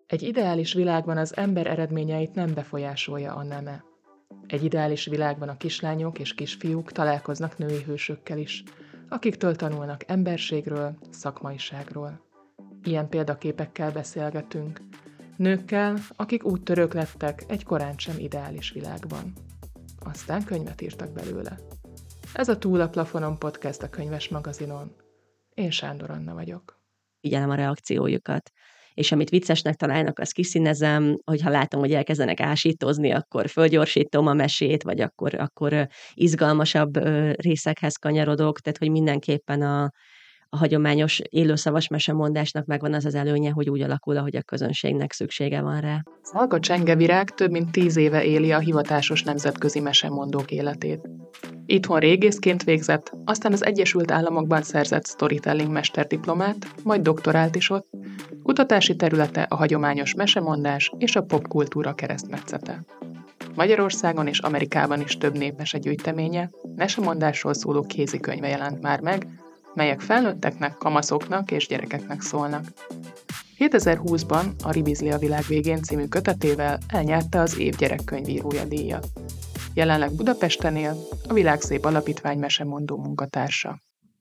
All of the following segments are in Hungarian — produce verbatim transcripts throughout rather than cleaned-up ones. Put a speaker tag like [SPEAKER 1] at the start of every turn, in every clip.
[SPEAKER 1] Egy ideális világban az ember eredményeit nem befolyásolja a neme. Egy ideális világban a kislányok és kisfiúk találkoznak női hősökkel is, akiktől tanulnak emberségről, szakmaiságról. Ilyen példaképekkel beszélgetünk. Nőkkel, akik úttörők lettek egy korán sem ideális világban. Aztán könyvet írtak belőle. Ez a Túl a plafonon podcast a Könyves Magazinon. Én Sándor Anna vagyok.
[SPEAKER 2] Figyelem a reakciójukat. És amit viccesnek találnak, azt kiszínezem, hogyha látom, hogy elkezdenek ásítozni, akkor fölgyorsítom a mesét, vagy akkor, akkor izgalmasabb részekhez kanyarodok, tehát hogy mindenképpen a, a hagyományos élőszavas mesemondásnak megvan az az előnye, hogy úgy alakul, ahogy a közönségnek szüksége van rá.
[SPEAKER 1] Szalka Csengevirág több mint tíz éve éli a hivatásos nemzetközi mesemondók életét. Itthon régészként végzett, aztán az Egyesült Államokban szerzett storytelling mesterdiplomát, majd doktorált is ott. Kutatási területe a hagyományos mesemondás és a popkultúra keresztmetszete. Magyarországon és Amerikában is több népmesegyűjteménye, mesemondásról szóló kézikönyve jelent már meg, melyek felnőtteknek, kamaszoknak és gyerekeknek szólnak. kétezer-húszban a Ribizli a világ végén című kötetével elnyerte az év gyerekkönyvírója díjat. Jelenleg Budapesten él, a Világszép Alapítvány mesemondó munkatársa.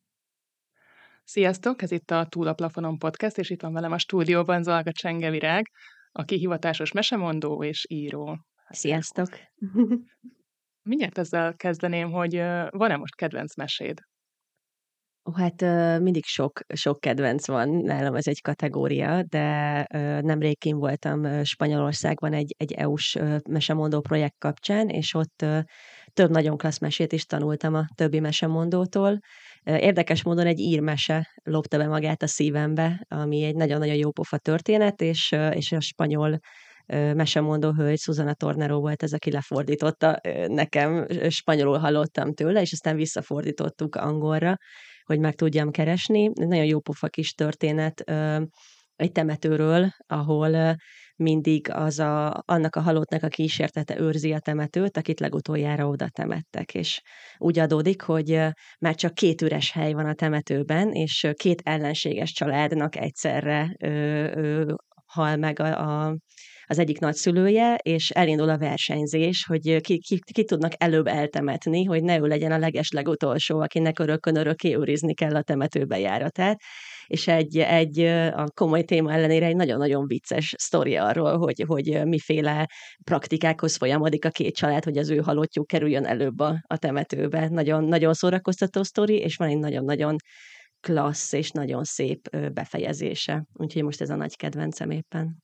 [SPEAKER 1] Sziasztok, ez itt a Túl a plafonon podcast, és itt van velem a stúdióban Zalga Csengevirág, aki hivatásos mesemondó és író.
[SPEAKER 2] Sziasztok!
[SPEAKER 1] Mindjárt ezzel kezdeném, hogy van-e most kedvenc meséd?
[SPEAKER 2] Ó, hát mindig sok, sok kedvenc van, nálam ez egy kategória, de nemrég kint voltam Spanyolországban egy, egy é u-s mesemondó projekt kapcsán, és ott több nagyon klassz mesét is tanultam a többi mesemondótól. Érdekes módon egy ír mese lopta be magát a szívembe, ami egy nagyon-nagyon jó pofa történet, és, és a spanyol mesemondó hölgy, Susana Tornero volt ez, aki lefordította nekem, spanyolul hallottam tőle, és aztán visszafordítottuk angolra, hogy meg tudjam keresni. Nagyon jó pofa kis történet egy temetőről, ahol mindig az a, annak a halottnak a kísértete őrzi a temetőt, akit legutoljára oda temettek. És úgy adódik, hogy már csak két üres hely van a temetőben, és két ellenséges családnak egyszerre ö, ö, hal meg a, a az egyik nagyszülője, és elindul a versenyzés, hogy ki, ki, ki tudnak előbb eltemetni, hogy ne ő legyen a leges legutolsó, akinek örökön örökké őrizni kell a temető bejáratát. És egy, egy a komoly téma ellenére egy nagyon-nagyon vicces sztori arról, hogy, hogy miféle praktikákhoz folyamodik a két család, hogy az ő halottjuk kerüljön előbb a, a temetőbe. Nagyon, nagyon szórakoztató sztori, és van egy nagyon-nagyon klassz és nagyon szép befejezése. Úgyhogy most ez a nagy kedvencem éppen.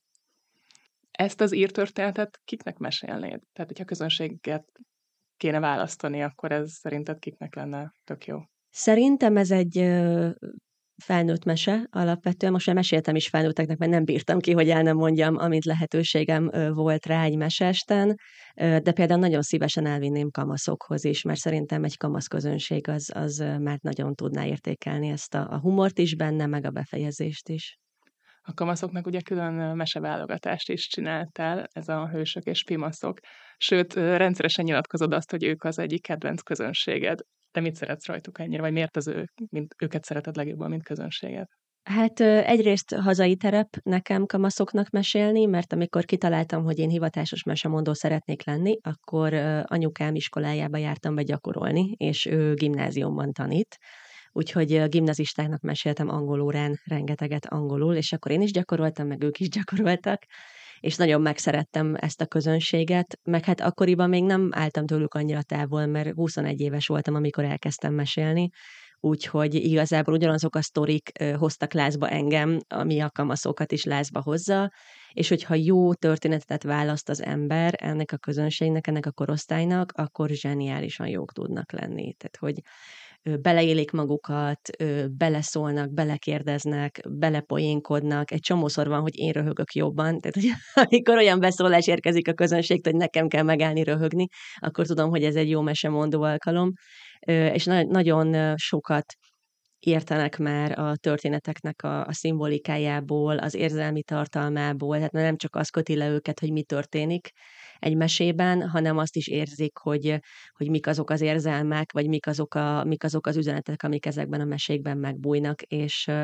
[SPEAKER 1] Ezt az írtörténetet kiknek mesélnéd? Tehát, hogyha közönséget kéne választani, akkor ez szerinted kiknek lenne tök jó?
[SPEAKER 2] Szerintem ez egy ö, felnőtt mese alapvetően. Most már meséltem is felnőtteknek, mert nem bírtam ki, hogy el nem mondjam, amint lehetőségem ö, volt rá egy meseesten, ö, de például nagyon szívesen elvinném kamaszokhoz is, mert szerintem egy kamasz közönség az, az már nagyon tudná értékelni ezt a, a humort is benne, meg a befejezést is.
[SPEAKER 1] A kamaszoknak ugye külön meseválogatást is csináltál, ez a hősök és pimaszok. Sőt, rendszeresen nyilatkozod azt, hogy ők az egyik kedvenc közönséged. Te mit szeretsz rajtuk ennyire, vagy miért az ő, mint, őket szereted legjobban, mint közönséget?
[SPEAKER 2] Hát egyrészt hazai terep nekem kamaszoknak mesélni, mert amikor kitaláltam, hogy én hivatásos mesemondó szeretnék lenni, akkor anyukám iskolájába jártam be gyakorolni, és ő gimnáziumban tanít. Úgyhogy gimnazistáknak meséltem angolórán rengeteget angolul, és akkor én is gyakoroltam, meg ők is gyakoroltak, és nagyon megszerettem ezt a közönséget, meg hát akkoriban még nem álltam tőlük annyira távol, mert huszonegy éves voltam, amikor elkezdtem mesélni, úgyhogy igazából ugyanazok a sztorik hoztak lázba engem, ami a kamaszokat is lázba hozza, és hogyha jó történetet választ az ember ennek a közönségnek, ennek a korosztálynak, akkor zseniálisan jók tudnak lenni. Tehát, hogy beleélik magukat, beleszólnak, belekérdeznek, belepoénkodnak. Egy csomószor van, hogy én röhögök jobban. Tehát, hogy amikor olyan beszólás érkezik a közönségtől, hogy nekem kell megállni röhögni, akkor tudom, hogy ez egy jó mesemondó alkalom. És na- nagyon sokat értenek már a történeteknek a, a szimbolikájából, az érzelmi tartalmából, tehát nem csak az köti le őket, hogy mi történik egy mesében, hanem azt is érzik, hogy, hogy mik azok az érzelmek, vagy mik azok, a, mik azok az üzenetek, amik ezekben a mesékben megbújnak, és,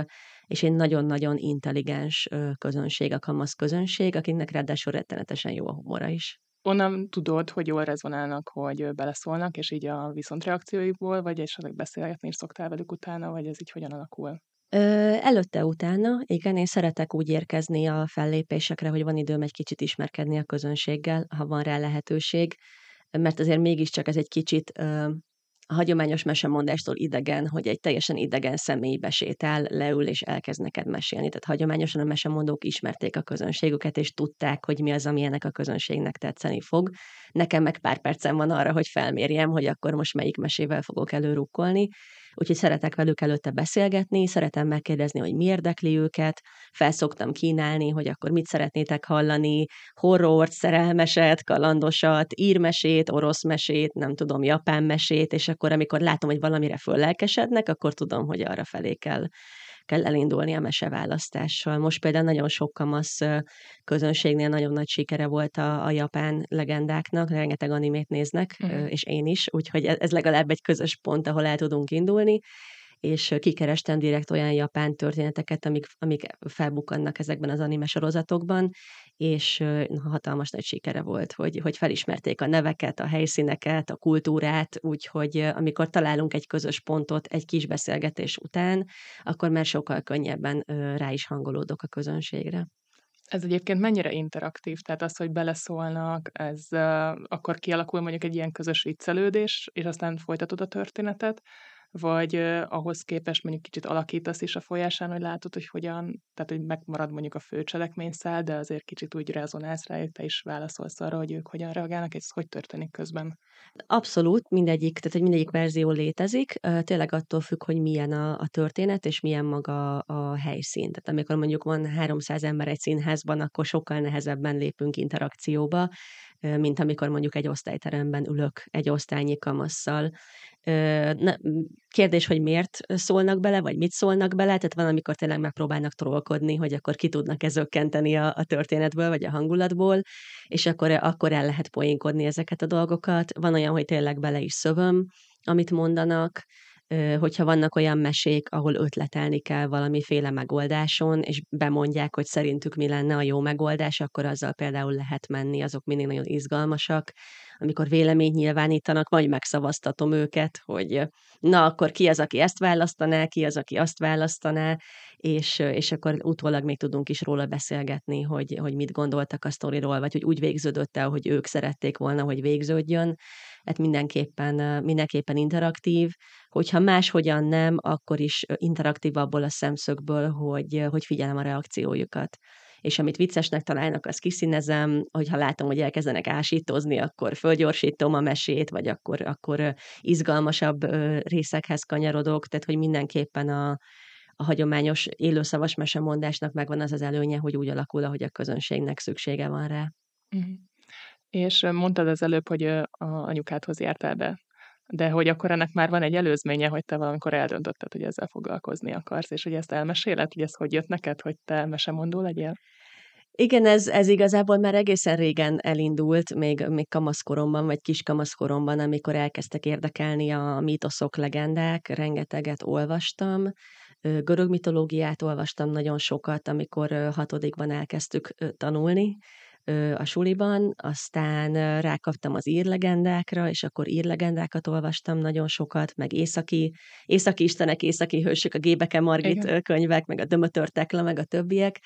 [SPEAKER 2] és egy nagyon-nagyon intelligens közönség, a kamasz közönség, akiknek ráadásul rettenetesen jó a humora is.
[SPEAKER 1] Onnan tudod, hogy jól rezonálnak, hogy beleszólnak, és így a viszontreakcióikból, vagy esetleg beszélgetni is szoktál velük utána, vagy ez így hogyan alakul?
[SPEAKER 2] Ö, előtte-utána, igen, én szeretek úgy érkezni a fellépésekre, hogy van időm egy kicsit ismerkedni a közönséggel, ha van rá lehetőség, mert azért mégiscsak ez egy kicsit ö, a hagyományos mesemondástól idegen, hogy egy teljesen idegen személy besétál, leül és elkezd neked mesélni. Tehát hagyományosan a mesemondók ismerték a közönségüket, és tudták, hogy mi az, ami ennek a közönségnek tetszeni fog. Nekem meg pár percem van arra, hogy felmérjem, hogy akkor most melyik mesével fogok előrukkolni. Úgyhogy szeretek velük előtte beszélgetni, szeretem megkérdezni, hogy mi érdekli őket, felszoktam kínálni, hogy akkor mit szeretnétek hallani, horrort, szerelmeset, kalandosat, írmesét, orosz mesét, nem tudom, japán mesét, és akkor amikor látom, hogy valamire föllelkesednek, akkor tudom, hogy arra felé kell, kell elindulni a meseválasztással. Most például nagyon sok kamasz közönségnél nagyon nagy sikere volt a, a japán legendáknak, rengeteg animét néznek,
[SPEAKER 1] Uh-huh.
[SPEAKER 2] és én is, úgyhogy ez legalább egy közös pont, ahol el tudunk indulni, és kikerestem direkt olyan japán történeteket, amik, amik felbukkannak ezekben az anime sorozatokban, és hatalmas nagy sikere volt, hogy, hogy felismerték a neveket, a helyszíneket, a kultúrát, úgyhogy amikor találunk egy közös pontot egy kis beszélgetés után, akkor már sokkal könnyebben rá is hangolódok a közönségre.
[SPEAKER 1] Ez egyébként mennyire interaktív? Tehát az, hogy beleszólnak, ez uh, akkor kialakul mondjuk egy ilyen közös viccelődés, és aztán folytatod a történetet, vagy uh, ahhoz képest mondjuk kicsit alakítasz is a folyásán, hogy látod, hogy hogyan, tehát hogy megmarad mondjuk a fő cselekményszál, de azért kicsit úgy rezonálsz rá, hogy te is válaszolsz arra, hogy ők hogyan reagálnak, és ez hogy történik közben.
[SPEAKER 2] Abszolút, mindegyik, tehát hogy mindegyik verzió létezik, tényleg attól függ, hogy milyen a, a történet, és milyen maga a helyszín. Tehát amikor mondjuk van háromszáz ember egy színházban, akkor sokkal nehezebben lépünk interakcióba, mint amikor mondjuk egy osztályteremben ülök egy osztálynyi kamasszal. Kérdés, hogy miért szólnak bele, vagy mit szólnak bele, tehát van, amikor tényleg megpróbálnak trollkodni, hogy akkor ki tudnak ezökkenteni a, a történetből, vagy a hangulatból, és akkor, akkor el lehet poénkodni ezeket a dolgokat. Van olyan, hogy tényleg bele is szövöm, amit mondanak, hogyha vannak olyan mesék, ahol ötletelni kell valamiféle megoldáson, és bemondják, hogy szerintük mi lenne a jó megoldás, akkor azzal például lehet menni, azok mindig nagyon izgalmasak. Amikor véleményt nyilvánítanak, vagy megszavaztatom őket, hogy na, akkor ki az, aki ezt választaná, ki az, aki azt választaná, és, és akkor utólag még tudunk is róla beszélgetni, hogy, hogy mit gondoltak a sztoriról, vagy hogy úgy végződött el, hogy ők szerették volna, hogy végződjön. Hát mindenképpen, mindenképpen interaktív. Hogyha máshogyan nem, akkor is interaktív abból a szemszögből, hogy, hogy figyelem a reakciójukat. És amit viccesnek találnak, azt kiszínezem, hogyha látom, hogy elkezdenek ásítozni, akkor fölgyorsítom a mesét, vagy akkor, akkor izgalmasabb részekhez kanyarodok, tehát hogy mindenképpen a, a hagyományos élőszavas mesemondásnak megvan az az előnye, hogy úgy alakul, ahogy a közönségnek szüksége van rá.
[SPEAKER 1] Uh-huh. És mondtad az előbb, hogy a anyukádhoz jártál be, de hogy akkor ennek már van egy előzménye, hogy te valamikor eldöntötted, hogy ezzel foglalkozni akarsz, és hogy ezt elmeséled, hogy ez hogy jött neked, hogy te mesemondó legyél?
[SPEAKER 2] Igen, ez, ez igazából már egészen régen elindult, még, még kamaszkoromban, vagy kiskamaszkoromban, amikor elkezdtek érdekelni a mítoszok, legendák, rengeteget olvastam, görög mitológiát olvastam nagyon sokat, amikor hatodikban elkezdtük tanulni a suliban, aztán rákaptam az írlegendákra, és akkor írlegendákat olvastam nagyon sokat, meg északi, északi istenek, északi hősök, a Gébeke Margit
[SPEAKER 1] Igen.
[SPEAKER 2] könyvek, meg a Dömötör Tekla, meg a többiek,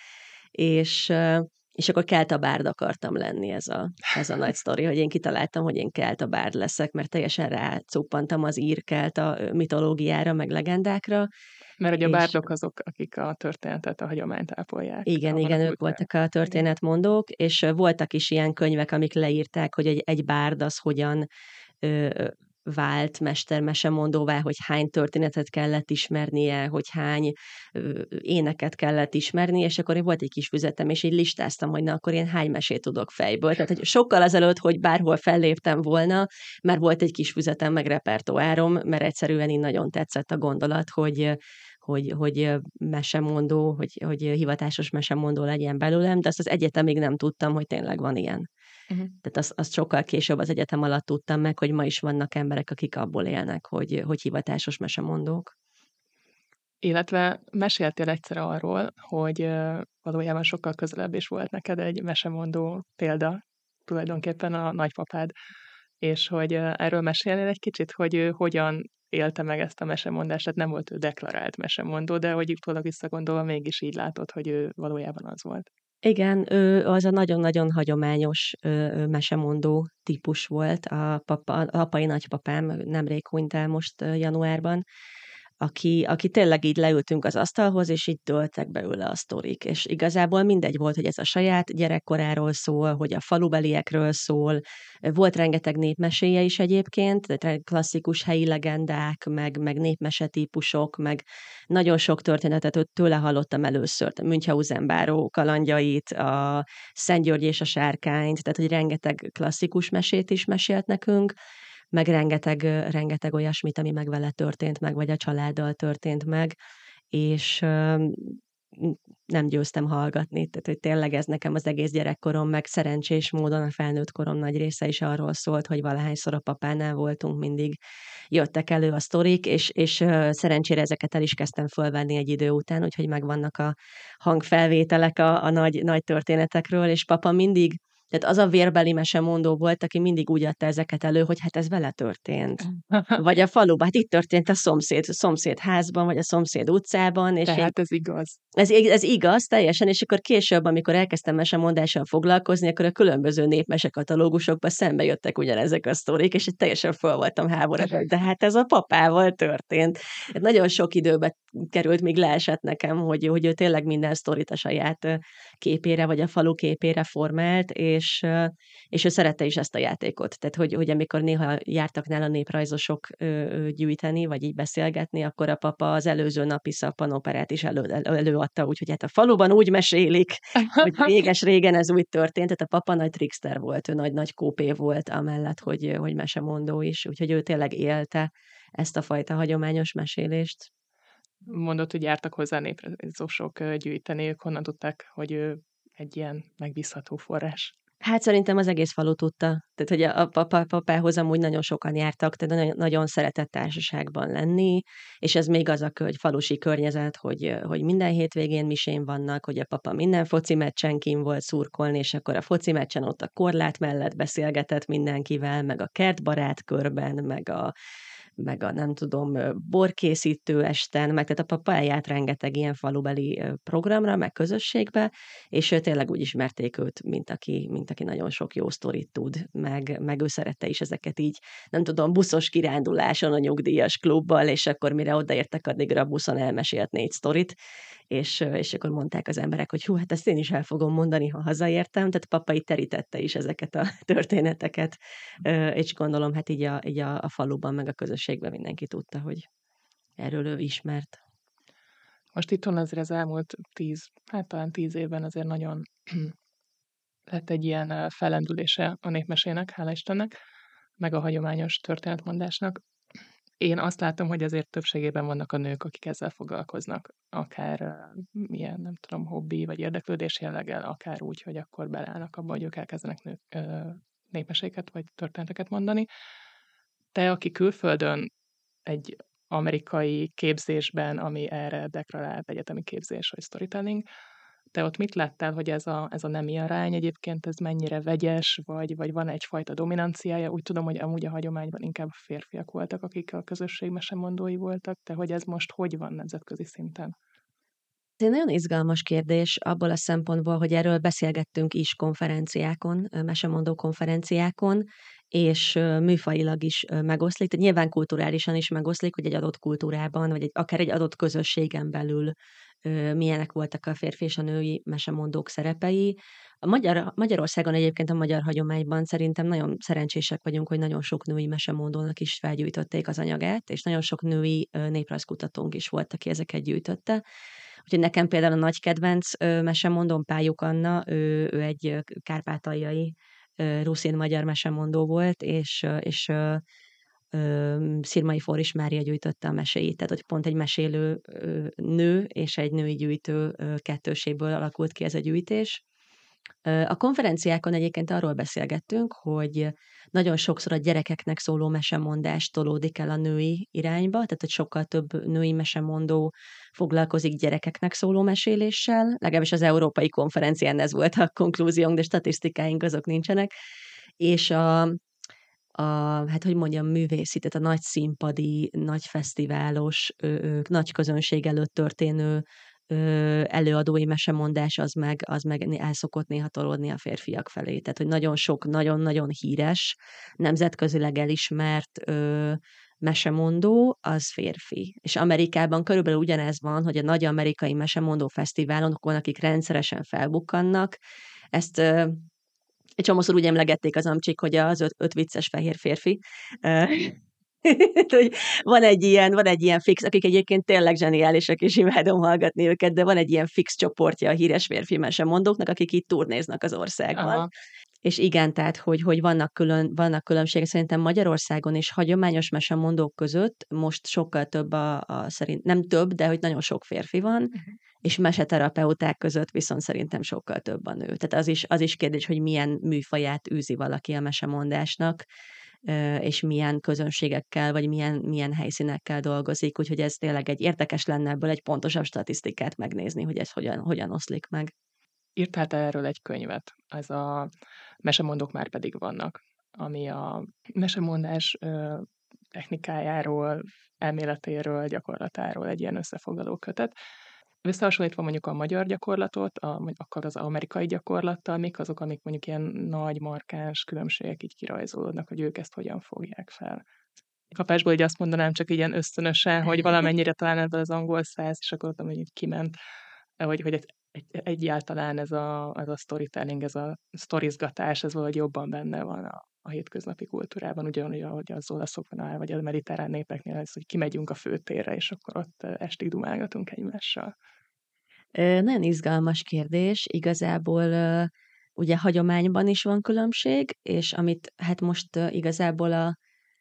[SPEAKER 2] és, és akkor keltabárd akartam lenni, ez a, ez a nagy sztori, hogy én kitaláltam, hogy én keltabárd leszek, mert teljesen rácuppantam az ír kelta mitológiára, meg legendákra.
[SPEAKER 1] Mert ugye a
[SPEAKER 2] És
[SPEAKER 1] bárdok azok, akik a történetet, a hagyományt ápolják.
[SPEAKER 2] igen,
[SPEAKER 1] abban a
[SPEAKER 2] igen, ők
[SPEAKER 1] kultúrában.
[SPEAKER 2] voltak a történetmondók, és voltak is ilyen könyvek, amik leírták, hogy egy, egy bárd az hogyan ö, vált mestermesemondóvá, hogy hány történetet kellett ismernie, hogy hány ö, éneket kellett ismerni, és akkor volt egy kis füzetem, és így listáztam, hogy na, akkor én hány mesét tudok fejből. Tehát, hogy sokkal azelőtt, hogy bárhol felléptem volna, már volt egy kis füzetem, meg repertoárom, mert egyszerűen így nagyon tetszett a gondolat, hogy hogy, hogy mesemondó, hogy, hogy hivatásos mesemondó legyen belőlem, de azt az egyetemig nem tudtam, hogy tényleg van ilyen.
[SPEAKER 1] Uh-huh.
[SPEAKER 2] Tehát azt, azt sokkal később az egyetem alatt tudtam meg, hogy ma is vannak emberek, akik abból élnek, hogy, hogy hivatásos mesemondók.
[SPEAKER 1] Illetve meséltél egyszer arról, hogy valójában sokkal közelebb is volt neked egy mesemondó példa, tulajdonképpen a nagypapád, és hogy erről mesélnél egy kicsit, hogy ő hogyan élte meg ezt a mesemondást, tehát nem volt ő deklarált mesemondó, de hogy utólag visszagondolva mégis így látod, hogy ő valójában az volt.
[SPEAKER 2] Igen, ő az a nagyon-nagyon hagyományos ö, ö, mesemondó típus volt. A papa, a apai nagypapám nemrég hunyt el most ö, januárban, aki, aki tényleg így leültünk az asztalhoz, és így dőltek belőle a sztorik. És igazából mindegy volt, hogy ez a saját gyerekkoráról szól, hogy a falubeliekről szól. Volt rengeteg népmeséje is egyébként, tehát klasszikus helyi legendák, meg, meg népmesetípusok, meg nagyon sok történetet ő- tőle hallottam először, a Münchhausen báró kalandjait, a Szent György és a sárkányt, tehát hogy rengeteg klasszikus mesét is mesélt nekünk, meg rengeteg, ö, rengeteg olyasmit, ami meg vele történt meg, vagy a családdal történt meg, és ö, m- nem győztem hallgatni, tehát hogy tényleg ez nekem az egész gyerekkorom, meg szerencsés módon a felnőtt korom nagy része is arról szólt, hogy valahányszor a papánál voltunk, mindig jöttek elő a sztorik, és, és ö, szerencsére ezeket el is kezdtem fölvenni egy idő után, úgyhogy megvannak a hangfelvételek a, a nagy, nagy történetekről, és papa mindig, tehát az a vérbeli mesemondó volt, aki mindig úgy adta ezeket elő, hogy hát ez vele történt. Vagy a faluban, hát itt történt a szomszéd, szomszéd házban, vagy a szomszéd utcában, és én
[SPEAKER 1] Tehát ez igaz.
[SPEAKER 2] ez, ig- ez igaz, teljesen, és akkor később, amikor elkezdtem mesemondással foglalkozni, akkor a különböző népmesekatalógusokban szembe jöttek ugyanezek a sztorik, és itt teljesen föl voltam háborodva, de hát ez a papával történt. Hát nagyon sok időbe került, míg leesett nekem, hogy, hogy ő tényleg minden sztorit a saját ö, képére, vagy a falu képére formált, és, ö, és ő szerette is ezt a játékot. Tehát, hogy, hogy amikor néha jártak nála néprajzosok ö, ö, gyűjteni, vagy így beszélgetni, akkor a papa az előző napi szappanoperát is elő, elő, előadta, úgyhogy hát a faluban úgy mesélik, hogy réges-régen ez úgy történt, tehát a papa nagy trickster volt, ő nagy-nagy kópé volt, amellett, hogy, hogy mesemondó is, úgyhogy ő tényleg élte ezt a fajta hagyományos mesélést.
[SPEAKER 1] Mondod, hogy jártak hozzá néprajzosok ö, gyűjteni, ők honnan tudták, hogy ő egy ilyen megbízható forrás.
[SPEAKER 2] Hát szerintem az egész falu tudta. Tehát, hogy a a papa papához amúgy nagyon sokan jártak, tehát nagyon nagyon szeretett társaságban lenni, és ez még az a kö falusi környezet, hogy, hogy minden hétvégén misén vannak, hogy a papa minden foci meccsen kint volt szurkolni, és akkor a foci meccsen ott a korlát mellett beszélgetett mindenkivel, meg a kertbarát körben, meg a meg a nem tudom, ö, borkészítő esten, meg tehát a papa eljárt rengeteg ilyen falubeli ö, programra, meg közösségbe, és ő tényleg úgy ismerték őt, mint aki, mint aki nagyon sok jó sztorit tud, meg, meg ő szerette is ezeket így, nem tudom, buszos kiránduláson a nyugdíjas klubbal, és akkor mire odaértek, addigra a buszon elmesélt négy sztorit, és, ö, és akkor mondták az emberek, hogy hú, hát ezt én is el fogom mondani, ha hazaértem, tehát papa így terítette is ezeket a történeteket, ö, és gondolom, hát így a, így a, a faluban, meg a közösségben mindenki tudta, hogy erről ő ismert.
[SPEAKER 1] Most itthon azért az elmúlt tíz, hát talán tíz évben azért nagyon lett egy ilyen ö, fellendülése a népmesének, hála Istennek, meg a hagyományos történetmondásnak. Én azt látom, hogy azért többségében vannak a nők, akik ezzel foglalkoznak, akár ö, milyen, nem tudom, hobbi vagy érdeklődés jelleggel, akár úgy, hogy akkor beleállnak abba, hogy ők elkezdenek nők, ö, népmeséket vagy történeteket mondani. Te, aki külföldön egy amerikai képzésben, ami erre deklarált egyetemi képzés, vagy storytelling, te ott mit láttál, hogy ez a, ez a nemi arány egyébként, ez mennyire vegyes, vagy, vagy van egyfajta dominanciája? Úgy tudom, hogy amúgy a hagyományban inkább férfiak voltak, akik a közösség mesemondói voltak, de hogy ez most hogy van nemzetközi szinten?
[SPEAKER 2] Ez egy nagyon izgalmas kérdés abból a szempontból, hogy erről beszélgettünk is konferenciákon, ö, mesemondó konferenciákon, és ö, műfajilag is ö, megoszlik, tehát nyilván kulturálisan is megoszlik, hogy egy adott kultúrában, vagy egy, akár egy adott közösségen belül ö, milyenek voltak a férfi és a női mesemondók szerepei. A Magyar, Magyarországon egyébként a magyar hagyományban szerintem nagyon szerencsések vagyunk, hogy nagyon sok női mesemondónak is felgyújtotték az anyagát, és nagyon sok női ö, néprajzkutatónk is volt, aki ezeket gyűjtötte. Úgyhogy nekem például a nagy kedvenc ö, mesemondóm Pályuk Anna, ő, ő egy ö, kárpátaljai ö, ruszin magyar mesemondó volt, és, ö, és ö, ö, Szirmai Forris Mária gyűjtötte a meséit, tehát hogy pont egy mesélő ö, nő és egy női gyűjtő ö, kettőséből alakult ki ez a gyűjtés. A konferenciákon egyébként arról beszélgettünk, hogy nagyon sokszor a gyerekeknek szóló mesemondás tolódik el a női irányba, tehát hogy sokkal több női mesemondó foglalkozik gyerekeknek szóló meséléssel, legalábbis az európai konferencián ez volt a konklúziónk, de statisztikáink azok nincsenek, és a, a hát hogy mondjam, művészi, tehát a nagy színpadi, nagy fesztiválos, ö, ö, nagy közönség előtt történő ö, előadói mesemondás az meg, az meg el szokott néha tolódni a férfiak felé. Tehát, hogy nagyon sok, nagyon-nagyon híres, nemzetközileg elismert ö, mesemondó, az férfi. És Amerikában körülbelül ugyanez van, hogy a nagy amerikai mesemondó fesztiválon, akik rendszeresen felbukkannak, ezt ö, egy csomószor úgy emlegették az amcsik, hogy az öt, öt vicces fehér férfi. Hogy van egy ilyen, van egy ilyen fix, akik egyébként tényleg zseniálisak, és imádom hallgatni őket, de van egy ilyen fix csoportja a híres férfi mesemondóknak, akik itt turnéznak az országban.
[SPEAKER 1] Aha.
[SPEAKER 2] És igen, tehát, hogy, hogy vannak, külön, vannak különbségek, szerintem Magyarországon is hagyományos mesemondók között most sokkal több a, a szerint, nem több, de hogy nagyon sok férfi van,
[SPEAKER 1] Uh-huh.
[SPEAKER 2] és meseterapeuták között viszont szerintem sokkal több a nő. Tehát az is, az is kérdés, hogy milyen műfaját űzi valaki a mesemondásnak, és milyen közönségekkel, vagy milyen, milyen helyszínekkel dolgozik, úgyhogy ez tényleg egy érdekes lenne ebből egy pontosabb statisztikát megnézni, hogy ez hogyan, hogyan oszlik meg.
[SPEAKER 1] Írtál te erről egy könyvet, ez a Mesemondók már pedig vannak, ami a mesemondás ö, technikájáról, elméletéről, gyakorlatáról egy ilyen összefoglaló kötet. Összehasonlítva mondjuk a magyar gyakorlatot, a, akkor az amerikai gyakorlattal, mik azok, amik mondjuk ilyen nagy, markáns különbségek így kirajzolódnak, hogy ők ezt hogyan fogják fel. Kapásból így azt mondanám csak ilyen ösztönösen, hogy valamennyire talán ebből az angol száz, és akkor ott, hogy így kiment, hogy, hogy egy, egy, egyáltalán ez a, ez a storytelling, ez a sztorizgatás, ez valahogy jobban benne van a, a hétköznapi kultúrában, ugyanúgy, ahogy az olaszoknál, vagy a mediterrán népeknél, ez, hogy kimegyünk a főtérre, és akkor ott estig dumálgatunk egymással.
[SPEAKER 2] Nagyon izgalmas kérdés. Igazából ugye hagyományban is van különbség, és amit hát most igazából a,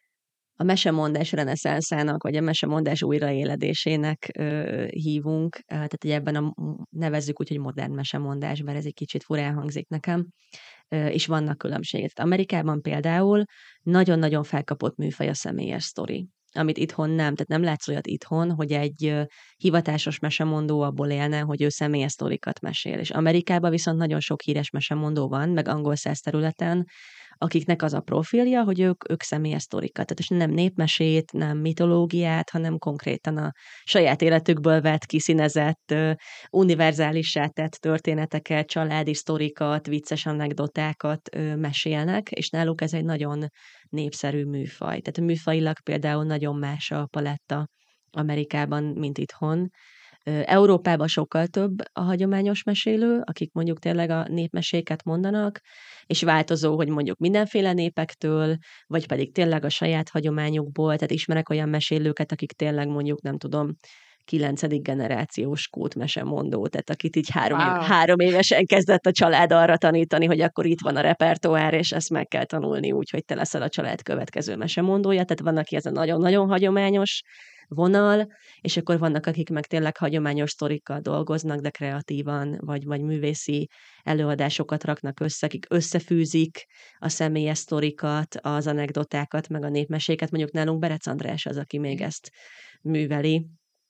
[SPEAKER 2] a mesemondás reneszánszának, vagy a mesemondás újraéledésének ö, hívunk, tehát ugye ebben a, nevezzük úgy, hogy modern mesemondás, bár ez egy kicsit furán hangzik nekem, ö, és vannak különbségek. Amerikában például nagyon-nagyon felkapott műfaj a személyes sztori, amit itthon nem, tehát nem látsz olyat itthon, hogy egy ö, hivatásos mesemondó abból élne, hogy ő személyes sztorikat mesél. És Amerikában viszont nagyon sok híres mesemondó van, meg angol száz területen, akiknek az a profilja, hogy ők, ők személyes sztorikat, tehát és nem népmesét, nem mitológiát, hanem konkrétan a saját életükből vett, kiszínezett, univerzálissá tett történeteket, családi sztorikat, vicces anekdotákat mesélnek, és náluk ez egy nagyon népszerű műfaj. Tehát műfajilag például nagyon más a paletta Amerikában, mint itthon. Európában sokkal több a hagyományos mesélő, akik mondjuk tényleg a népmeséket mondanak, és változó, hogy mondjuk mindenféle népektől, vagy pedig tényleg a saját hagyományukból, tehát ismerek olyan mesélőket, akik tényleg mondjuk nem tudom, kilencedik generációs kótmesemondó, tehát akit így három, éve,
[SPEAKER 1] Wow.
[SPEAKER 2] három évesen kezdett a család arra tanítani, hogy akkor itt van a repertoár, és ezt meg kell tanulni úgy, hogy te leszel a család következő mesemondója, tehát van, aki ez a nagyon-nagyon hagyományos vonal, és akkor vannak, akik meg tényleg hagyományos sztorikkal dolgoznak, de kreatívan, vagy, vagy művészi előadásokat raknak össze, akik összefűzik a személyes sztorikat, az anekdotákat, meg a népmeséket. Mondjuk nálunk Berec András az, aki még ezt műveli,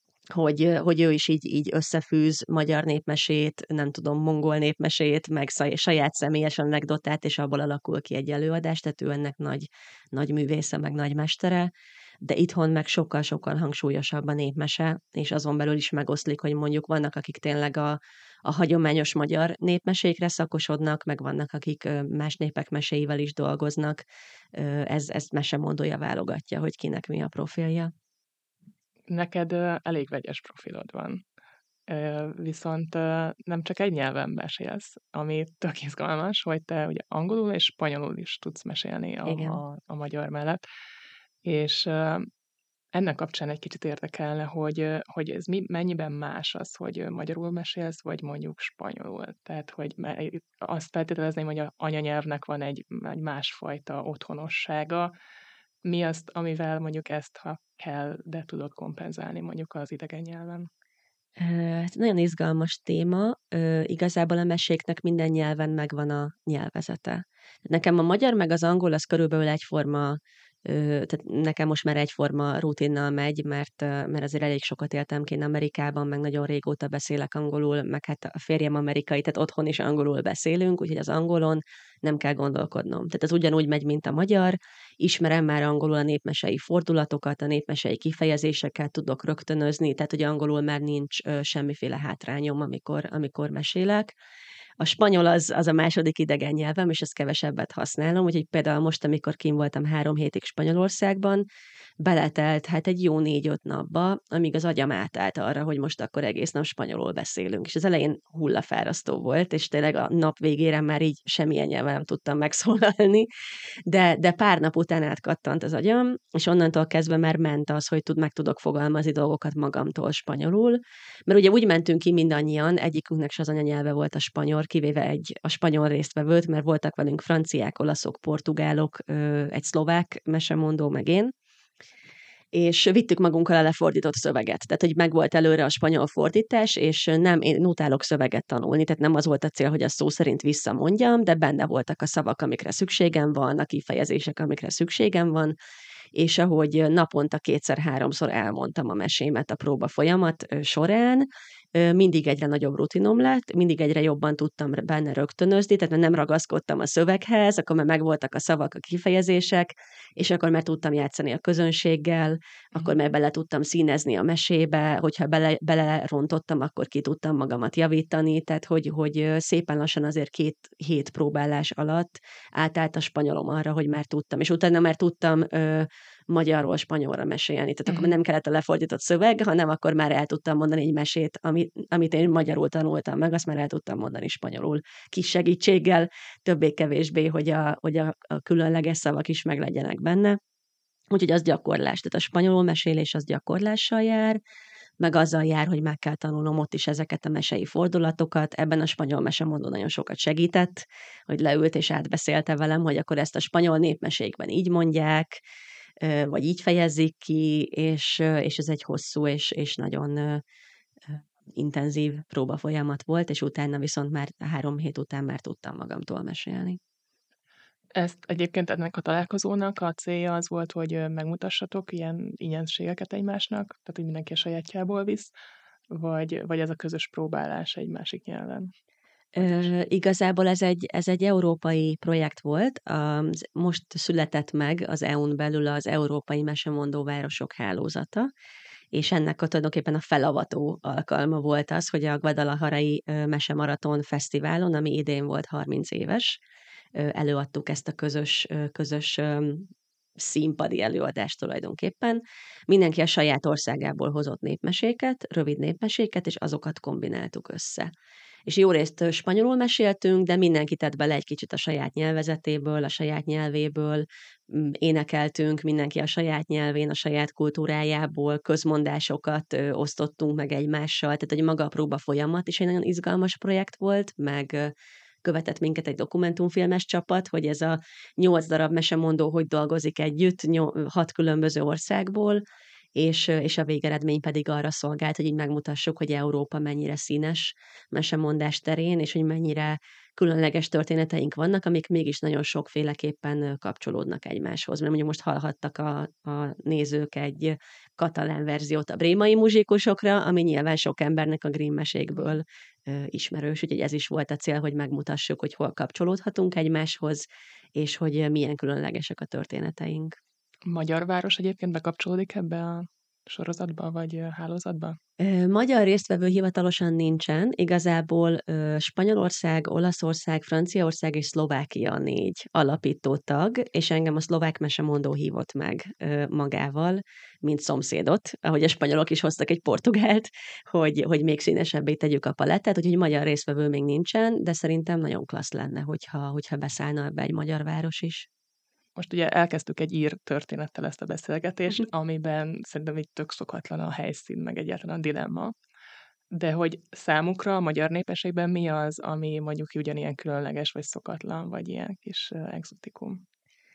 [SPEAKER 2] hogy, hogy ő is így, így összefűz magyar népmesét, nem tudom, mongol népmesét, meg saját személyes anekdotát, és abból alakul ki egy előadás, tehát ő ennek nagy, nagy művésze, meg nagy mestere, de itthon meg sokkal-sokkal hangsúlyosabb a népmese, és azon belül is megoszlik, hogy mondjuk vannak, akik tényleg a, a hagyományos magyar népmesékre szakosodnak, meg vannak, akik más népek meséivel is dolgoznak. Ez, ez mesemondója válogatja, hogy kinek mi a profilja.
[SPEAKER 1] Neked elég vegyes profilod van. Viszont nem csak egy nyelven mesélsz, ami tök izgalmas, hogy te ugye angolul és spanyolul is tudsz mesélni a, a, a magyar mellett. És ennek kapcsán egy kicsit érdekelne, hogy, hogy ez mi, mennyiben más az, hogy magyarul mesélsz, vagy mondjuk spanyolul. Tehát, hogy azt feltételezném, hogy a anyanyelvnek van egy, egy másfajta otthonossága. Mi azt, amivel mondjuk ezt, ha kell, de tudod kompenzálni mondjuk az idegen nyelven?
[SPEAKER 2] Ö, hát nagyon izgalmas téma. Ö, igazából a meséknek minden nyelven megvan a nyelvezete. Nekem a magyar meg az angol az körülbelül egyforma, ö, tehát nekem most már egyforma rutinnal megy, mert, ö, mert azért elég sokat éltem kint Amerikában, meg nagyon régóta beszélek angolul, meg hát a férjem amerikai, tehát otthon is angolul beszélünk, úgyhogy az angolon nem kell gondolkodnom. Tehát az ugyanúgy megy, mint a magyar. Ismerem már angolul a népmesei fordulatokat, a népmesei kifejezéseket tudok rögtönözni, tehát hogy angolul már nincs ö, semmiféle hátrányom, amikor, amikor mesélek. A spanyol az, az a második idegen nyelvem, és ezt kevesebbet használom, úgyhogy például most, amikor kim voltam három hétig Spanyolországban, beletelt hát egy jó négy-öt napba, amíg az agyam átállt arra, hogy most akkor egész nap spanyolul beszélünk. És az elején hullafárasztó volt, és tényleg a nap végére már így semmilyen nyelven nem tudtam megszólalni, de, de pár nap után átkattant az agyam, és onnantól kezdve már ment az, hogy tud, meg tudok fogalmazni dolgokat magamtól spanyolul, mert ugye úgy mentünk ki mindannyian, egyikünknek se az anyanyelve volt a spanyol, kivéve egy a spanyol résztvevőt, mert voltak velünk franciák, olaszok, portugálok, egy szlovák mesemondó, meg én, és vittük magunkkal a lefordított szöveget. Tehát, hogy megvolt előre a spanyol fordítás, és nem, én utálok szöveget tanulni, tehát nem az volt a cél, hogy azt szó szerint visszamondjam, de benne voltak a szavak, amikre szükségem van, a kifejezések, amikre szükségem van, és ahogy naponta kétszer-háromszor elmondtam a mesémet a próba folyamat során, mindig egyre nagyobb rutinom lett, mindig egyre jobban tudtam benne rögtönözni, tehát nem ragaszkodtam a szöveghez, akkor már megvoltak a szavak, a kifejezések, és akkor már tudtam játszani a közönséggel, akkor már bele tudtam színezni a mesébe, hogyha bele, belerontottam, akkor ki tudtam magamat javítani, tehát hogy, hogy szépen lassan azért két hét próbálás alatt átállt a spanyolom arra, hogy már tudtam, és utána már tudtam ö, magyarról spanyolra mesélni. Tehát uh-huh. akkor nem kellett a lefordított szöveg, hanem akkor már el tudtam mondani egy mesét, amit, amit én magyarul tanultam meg, azt már el tudtam mondani spanyolul. Kis segítséggel, többé-kevésbé, hogy, a, hogy a, a különleges szavak is meglegyenek benne. Úgyhogy az gyakorlás. Tehát a spanyolul mesélés az gyakorlással jár, meg azzal jár, hogy meg kell tanulnom ott is ezeket a mesei fordulatokat. Ebben a spanyol mesemondó nagyon sokat segített, hogy leült és átbeszélte velem, hogy akkor ezt a spanyol népmesékben így mondják, vagy így fejezik ki, és, és ez egy hosszú és, és nagyon intenzív próbafolyamat volt, és utána viszont már három hét után már tudtam magamtól mesélni.
[SPEAKER 1] Ezt egyébként ennek a találkozónak a célja az volt, hogy megmutassatok ilyen ingyenségeket egymásnak, tehát hogy mindenki a sajátjából visz, vagy, vagy ez a közös próbálás egy másik nyelven?
[SPEAKER 2] Ö, igazából ez egy, ez egy európai projekt volt, az, most született meg az é u-n belül az Európai Mesemondó Városok Hálózata, és ennek a tulajdonképpen a felavató alkalma volt az, hogy a Guadalajarai Mesemaraton Fesztiválon, ami idén volt harminc éves, előadtuk ezt a közös, közös színpadi előadást tulajdonképpen. Mindenki a saját országából hozott népmeséket, rövid népmeséket, és azokat kombináltuk össze. És jó részt spanyolul meséltünk, de mindenki tett bele egy kicsit a saját nyelvezetéből, a saját nyelvéből, énekeltünk mindenki a saját nyelvén, a saját kultúrájából, közmondásokat ö, osztottunk meg egymással, tehát hogy maga a próba folyamat is egy nagyon izgalmas projekt volt, meg ö, követett minket egy dokumentumfilmes csapat, hogy ez a nyolc darab mesemondó hogy dolgozik együtt, nyol, hat különböző országból, és, és a végeredmény pedig arra szolgált, hogy így megmutassuk, hogy Európa mennyire színes mesemondás terén, és hogy mennyire különleges történeteink vannak, amik mégis nagyon sokféleképpen kapcsolódnak egymáshoz. Mert mondjuk most hallhattak a, a nézők egy katalán verziót a brémai muzsikusokra, ami nyilván sok embernek a Grimm mesékből ö, ismerős, úgyhogy ez is volt a cél, hogy megmutassuk, hogy hol kapcsolódhatunk egymáshoz, és hogy milyen különlegesek a történeteink.
[SPEAKER 1] Magyar város egyébként bekapcsolódik ebbe a sorozatba, vagy hálózatba?
[SPEAKER 2] Magyar résztvevő hivatalosan nincsen, igazából Spanyolország, Olaszország, Franciaország és Szlovákia a négy alapító tag, és engem a szlovák mesemondó hívott meg magával, mint szomszédot, ahogy a spanyolok is hoztak egy portugált, hogy, hogy még színesebbé tegyük a palettát, úgyhogy magyar résztvevő még nincsen, de szerintem nagyon klassz lenne, hogyha, hogyha beszállna ebbe egy magyar város is.
[SPEAKER 1] Most ugye elkezdtük egy ír történettel ezt a beszélgetést, amiben szerintem így tök szokatlan a helyszín, meg egyáltalán a dilemma. De hogy számukra a magyar népességben mi az, ami mondjuk ugyanilyen különleges, vagy szokatlan, vagy ilyen kis uh, exotikum?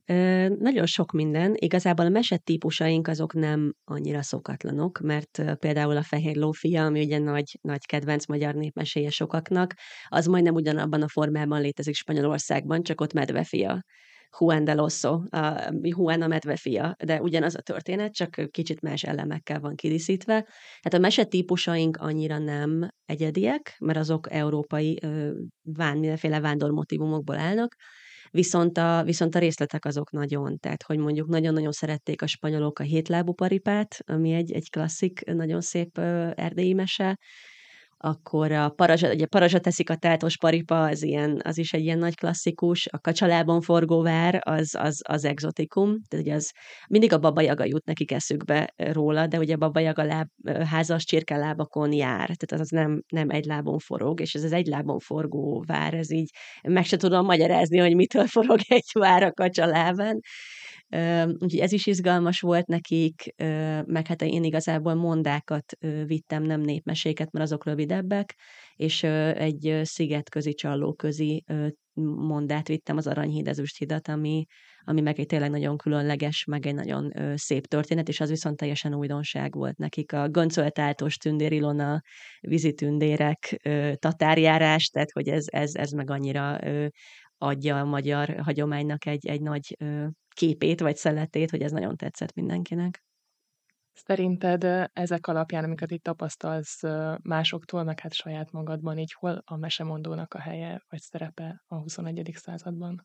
[SPEAKER 2] Ö, nagyon sok minden. Igazából a mesetípusaink azok nem annyira szokatlanok, mert ö, például a Fehér lófia, ami ugye nagy, nagy kedvenc magyar népmeséje sokaknak, az majdnem ugyanabban a formában létezik Spanyolországban, csak ott medvefia. Juan del Oso, a Juan a medvefia, de ugyanaz a történet, csak kicsit más elemekkel van kidíszítve. Hát a mesetípusaink annyira nem egyediek, mert azok európai ö, ván, mindenféle vándormotívumokból állnak, Viszont a, viszont a részletek azok nagyon, tehát hogy mondjuk nagyon-nagyon szerették a spanyolok a hétlábú paripát, ami egy, egy klasszik, nagyon szép ö, erdélyi mese, akkor a parazsa, ugye parazsa teszik a tátos paripa, az, ilyen, az is egy ilyen nagy klasszikus, a kacsalában forgó vár, az, az, az exotikum, tehát ugye az mindig a Baba Jaga jut nekik eszükbe róla, de ugye Baba Jaga láb, házas csirkelábakon jár, tehát az, az nem, nem egy lábon forog, és ez az egy lábon forgó vár, ez így meg se tudom magyarázni, hogy mitől forog egy vár a kacsalábán. Úgyhogy ez is izgalmas volt nekik, meg hát én igazából mondákat vittem, nem népmeséket, mert azok rövidebbek, és egy szigetközi, csallóközi mondát vittem, az Aranyhíd Ezüsthidat, ami, ami meg egy tényleg nagyon különleges, meg egy nagyon szép történet, és az viszont teljesen újdonság volt nekik. A Göncöltáltos Tündér Ilona, vízitündérek, tatárjárás, tehát hogy ez, ez, ez meg annyira adja a magyar hagyománynak egy, egy nagy képét vagy szeletét, hogy ez nagyon tetszett mindenkinek.
[SPEAKER 1] Szerinted ö, ezek alapján, amiket itt tapasztalsz ö, másoktól, meg hát saját magadban, így hol a mesemondónak a helye vagy szerepe a huszonegyedik században?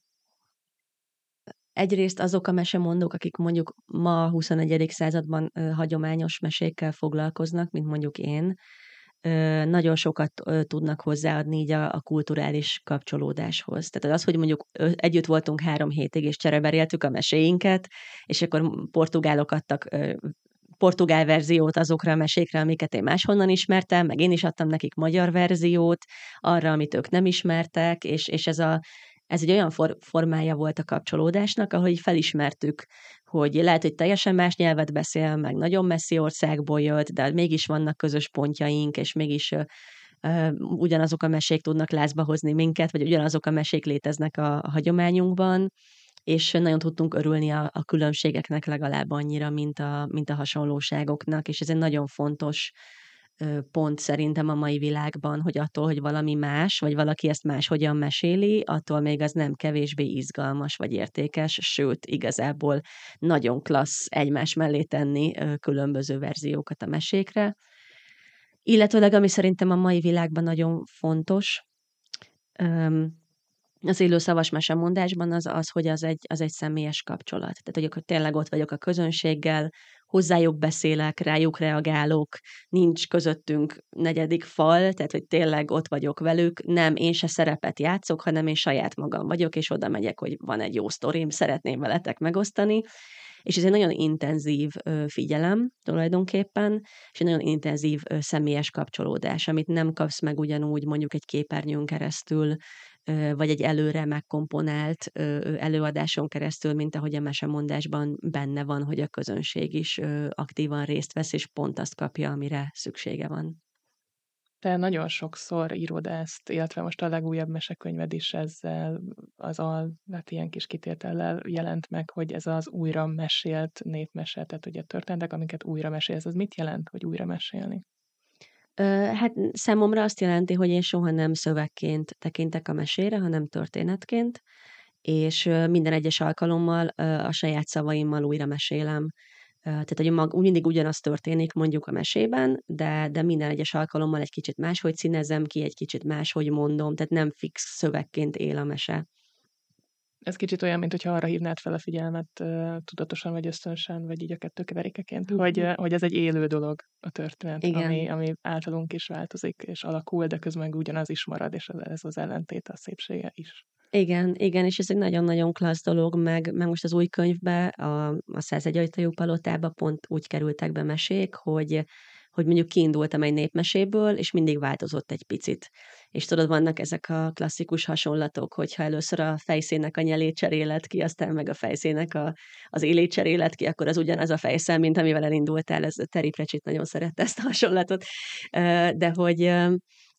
[SPEAKER 2] Egyrészt azok a mesemondók, akik mondjuk ma a huszonegyedik században ö, hagyományos mesékkel foglalkoznak, mint mondjuk én, ö, nagyon sokat ö, tudnak hozzáadni így a, a kulturális kapcsolódáshoz. Tehát az, hogy mondjuk ö, együtt voltunk három hétig, és csereberéltük a meséinket, és akkor portugálok adtak ö, portugál verziót azokra a mesékre, amiket én máshonnan ismertem, meg én is adtam nekik magyar verziót arra, amit ők nem ismertek, és, és ez a ez egy olyan for- formája volt a kapcsolódásnak, ahol így felismertük, hogy lehet, hogy teljesen más nyelvet beszél, meg nagyon messzi országból jött, de mégis vannak közös pontjaink, és mégis ö, ö, ugyanazok a mesék tudnak lázba hozni minket, vagy ugyanazok a mesék léteznek a, a hagyományunkban, és nagyon tudtunk örülni a, a különbségeknek legalább annyira, mint a, mint a hasonlóságoknak, és ez egy nagyon fontos ö, pont szerintem a mai világban, hogy attól, hogy valami más, vagy valaki ezt máshogyan meséli, attól még az nem kevésbé izgalmas vagy értékes, sőt, igazából nagyon klassz egymás mellé tenni ö, különböző verziókat a mesékre. Illetőleg, ami szerintem a mai világban nagyon fontos, öm, az élő szavas mesemondásban az az, hogy az egy, az egy személyes kapcsolat. Tehát, hogy akkor tényleg ott vagyok a közönséggel, hozzájuk beszélek, rájuk reagálok, nincs közöttünk negyedik fal, tehát, hogy tényleg ott vagyok velük, nem én se szerepet játszok, hanem én saját magam vagyok, és oda megyek, hogy van egy jó sztorim, szeretném veletek megosztani, és ez egy nagyon intenzív ö, figyelem tulajdonképpen, és egy nagyon intenzív ö, személyes kapcsolódás, amit nem kapsz meg ugyanúgy mondjuk egy képernyőn keresztül, ö, vagy egy előre megkomponált ö, ö, előadáson keresztül, mint ahogy a mesemondásban benne van, hogy a közönség is ö, aktívan részt vesz, és pont azt kapja, amire szüksége van.
[SPEAKER 1] Te nagyon sokszor írod ezt, illetve most a legújabb mesekönyved is ezzel az a, hát ilyen kis kitétellel jelent meg, hogy ez az újra mesélt népmese, tehát ugye történetek, amiket újra mesélsz, az mit jelent, hogy újra mesélni?
[SPEAKER 2] Ö, hát számomra azt jelenti, hogy én soha nem szövegként tekintek a mesére, hanem történetként, és ö, minden egyes alkalommal ö, a saját szavaimmal újra mesélem. Ö, Tehát, hogy mag, mindig ugyanaz történik mondjuk a mesében, de, de minden egyes alkalommal egy kicsit máshogy színezem ki, egy kicsit máshogy mondom, tehát nem fix szövegként él a mese.
[SPEAKER 1] Ez kicsit olyan, mint hogyha arra hívnád fel a figyelmet uh, tudatosan vagy ösztönösen, vagy így a kettő keverékeként, hogy, uh, hogy ez egy élő dolog a történet, ami,
[SPEAKER 2] Igen.
[SPEAKER 1] ami általunk is változik és alakul, de közben meg ugyanaz is marad, és ez, ez az ellentét, a szépsége is.
[SPEAKER 2] Igen, igen, és ez egy nagyon-nagyon klassz dolog, meg, meg most az új könyvbe, a, a százegy ajtajú palotába pont úgy kerültek be mesék, hogy, hogy mondjuk kiindultam egy népmeséből, és mindig változott egy picit. És tudod, vannak ezek a klasszikus hasonlatok, hogyha először a fejszének a nyelét cseréled ki, aztán meg a fejszének a, az élét cseréled ki, akkor az ugyanaz a fejszem, mint amivel elindultál. Ez Terry Pratchett nagyon szerette ezt a hasonlatot. De hogy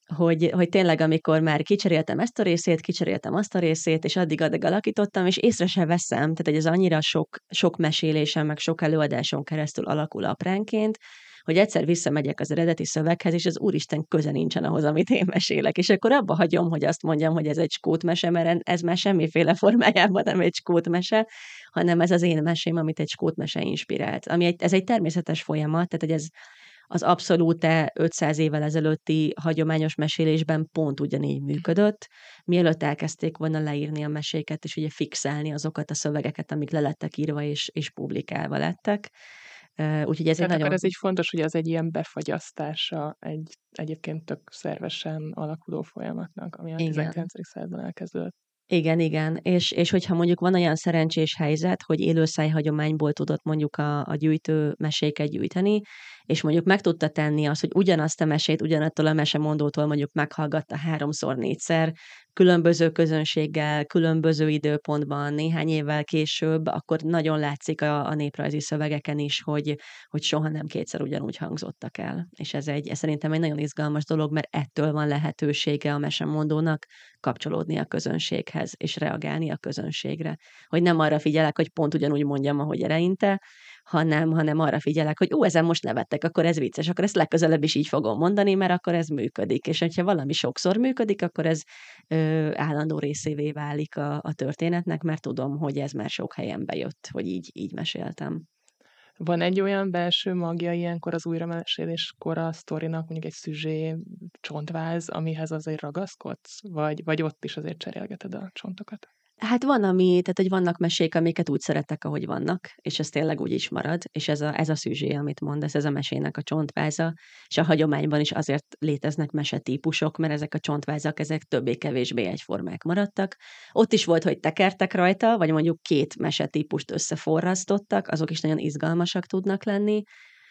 [SPEAKER 2] hogy, hogy tényleg, amikor már kicseréltem ezt a részét, kicseréltem azt a részét, és addig-addig alakítottam, és észre se veszem, tehát hogy ez annyira sok, sok mesélésen, meg sok előadáson keresztül alakul apránként, hogy egyszer visszamegyek az eredeti szöveghez, és az úristen köze nincsen ahhoz, amit én mesélek. És akkor abba hagyom, hogy azt mondjam, hogy ez egy skótmese, mert ez már semmiféle formájában nem egy skótmese, hanem ez az én mesém, amit egy skótmese inspirált. Ami egy, ez egy természetes folyamat, tehát hogy ez az abszolút ötszáz évvel ezelőtti hagyományos mesélésben pont ugyanígy működött, mielőtt elkezdték volna leírni a meséket, és ugye fixálni azokat a szövegeket, amik le lettek írva és, és publikálva lettek. Úgyhogy ez
[SPEAKER 1] Tehát
[SPEAKER 2] egy nagyon...
[SPEAKER 1] akkor ez így fontos, hogy az egy ilyen befagyasztása egy egyébként tök szervesen alakuló folyamatnak, ami a tizenkilencedik században elkezdődött.
[SPEAKER 2] Igen, igen. És, és hogyha mondjuk van olyan szerencsés helyzet, hogy élőszáj hagyományból tudott mondjuk a, a gyűjtő meséket gyűjteni, és mondjuk meg tudta tenni azt, hogy ugyanazt a mesét ugyanattól a mesemondótól mondjuk meghallgatta háromszor, négyszer, különböző közönséggel, különböző időpontban, néhány évvel később, akkor nagyon látszik a, a néprajzi szövegeken is, hogy, hogy soha nem kétszer ugyanúgy hangzottak el. És ez, egy, ez szerintem egy nagyon izgalmas dolog, mert ettől van lehetősége a mesemondónak kapcsolódni a közönséghez, és reagálni a közönségre. Hogy nem arra figyelek, hogy pont ugyanúgy mondjam, ahogy eleinte, hanem, hanem arra figyelek, hogy ó, ezen most nevettek, akkor ez vicces, akkor ezt legközelebb is így fogom mondani, mert akkor ez működik. És hogyha valami sokszor működik, akkor ez ö, állandó részévé válik a, a történetnek, mert tudom, hogy ez már sok helyen bejött, hogy így, így meséltem.
[SPEAKER 1] Van egy olyan belső magja ilyenkor az újrameséléskor a sztorinak, mondjuk egy szüzsé, csontváz, amihez azért ragaszkodsz? Vagy, vagy ott is azért cserélgeted a csontokat?
[SPEAKER 2] Hát van, ami, tehát hogy vannak mesék, amiket úgy szeretek, ahogy vannak, és ez tényleg úgy is marad, és ez a, ez a szüzsé, amit mondasz, ez a mesének a csontváza, és a hagyományban is azért léteznek mesetípusok, mert ezek a csontvázak, ezek többé-kevésbé egyformák maradtak. Ott is volt, hogy tekertek rajta, vagy mondjuk két mesetípust összeforrasztottak, azok is nagyon izgalmasak tudnak lenni,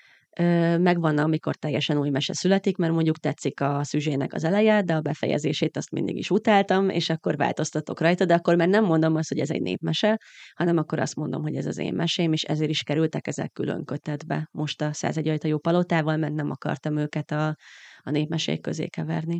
[SPEAKER 2] megvan, amikor teljesen új mese születik, mert mondjuk tetszik a szüzsének az eleje, de a befejezését azt mindig is utáltam, és akkor változtatok rajta, de akkor már nem mondom azt, hogy ez egy népmese, hanem akkor azt mondom, hogy ez az én mesém, és ezért is kerültek ezek külön kötetbe most a százegy ajtajó palotával, mert nem akartam őket a, a népmesék közé keverni.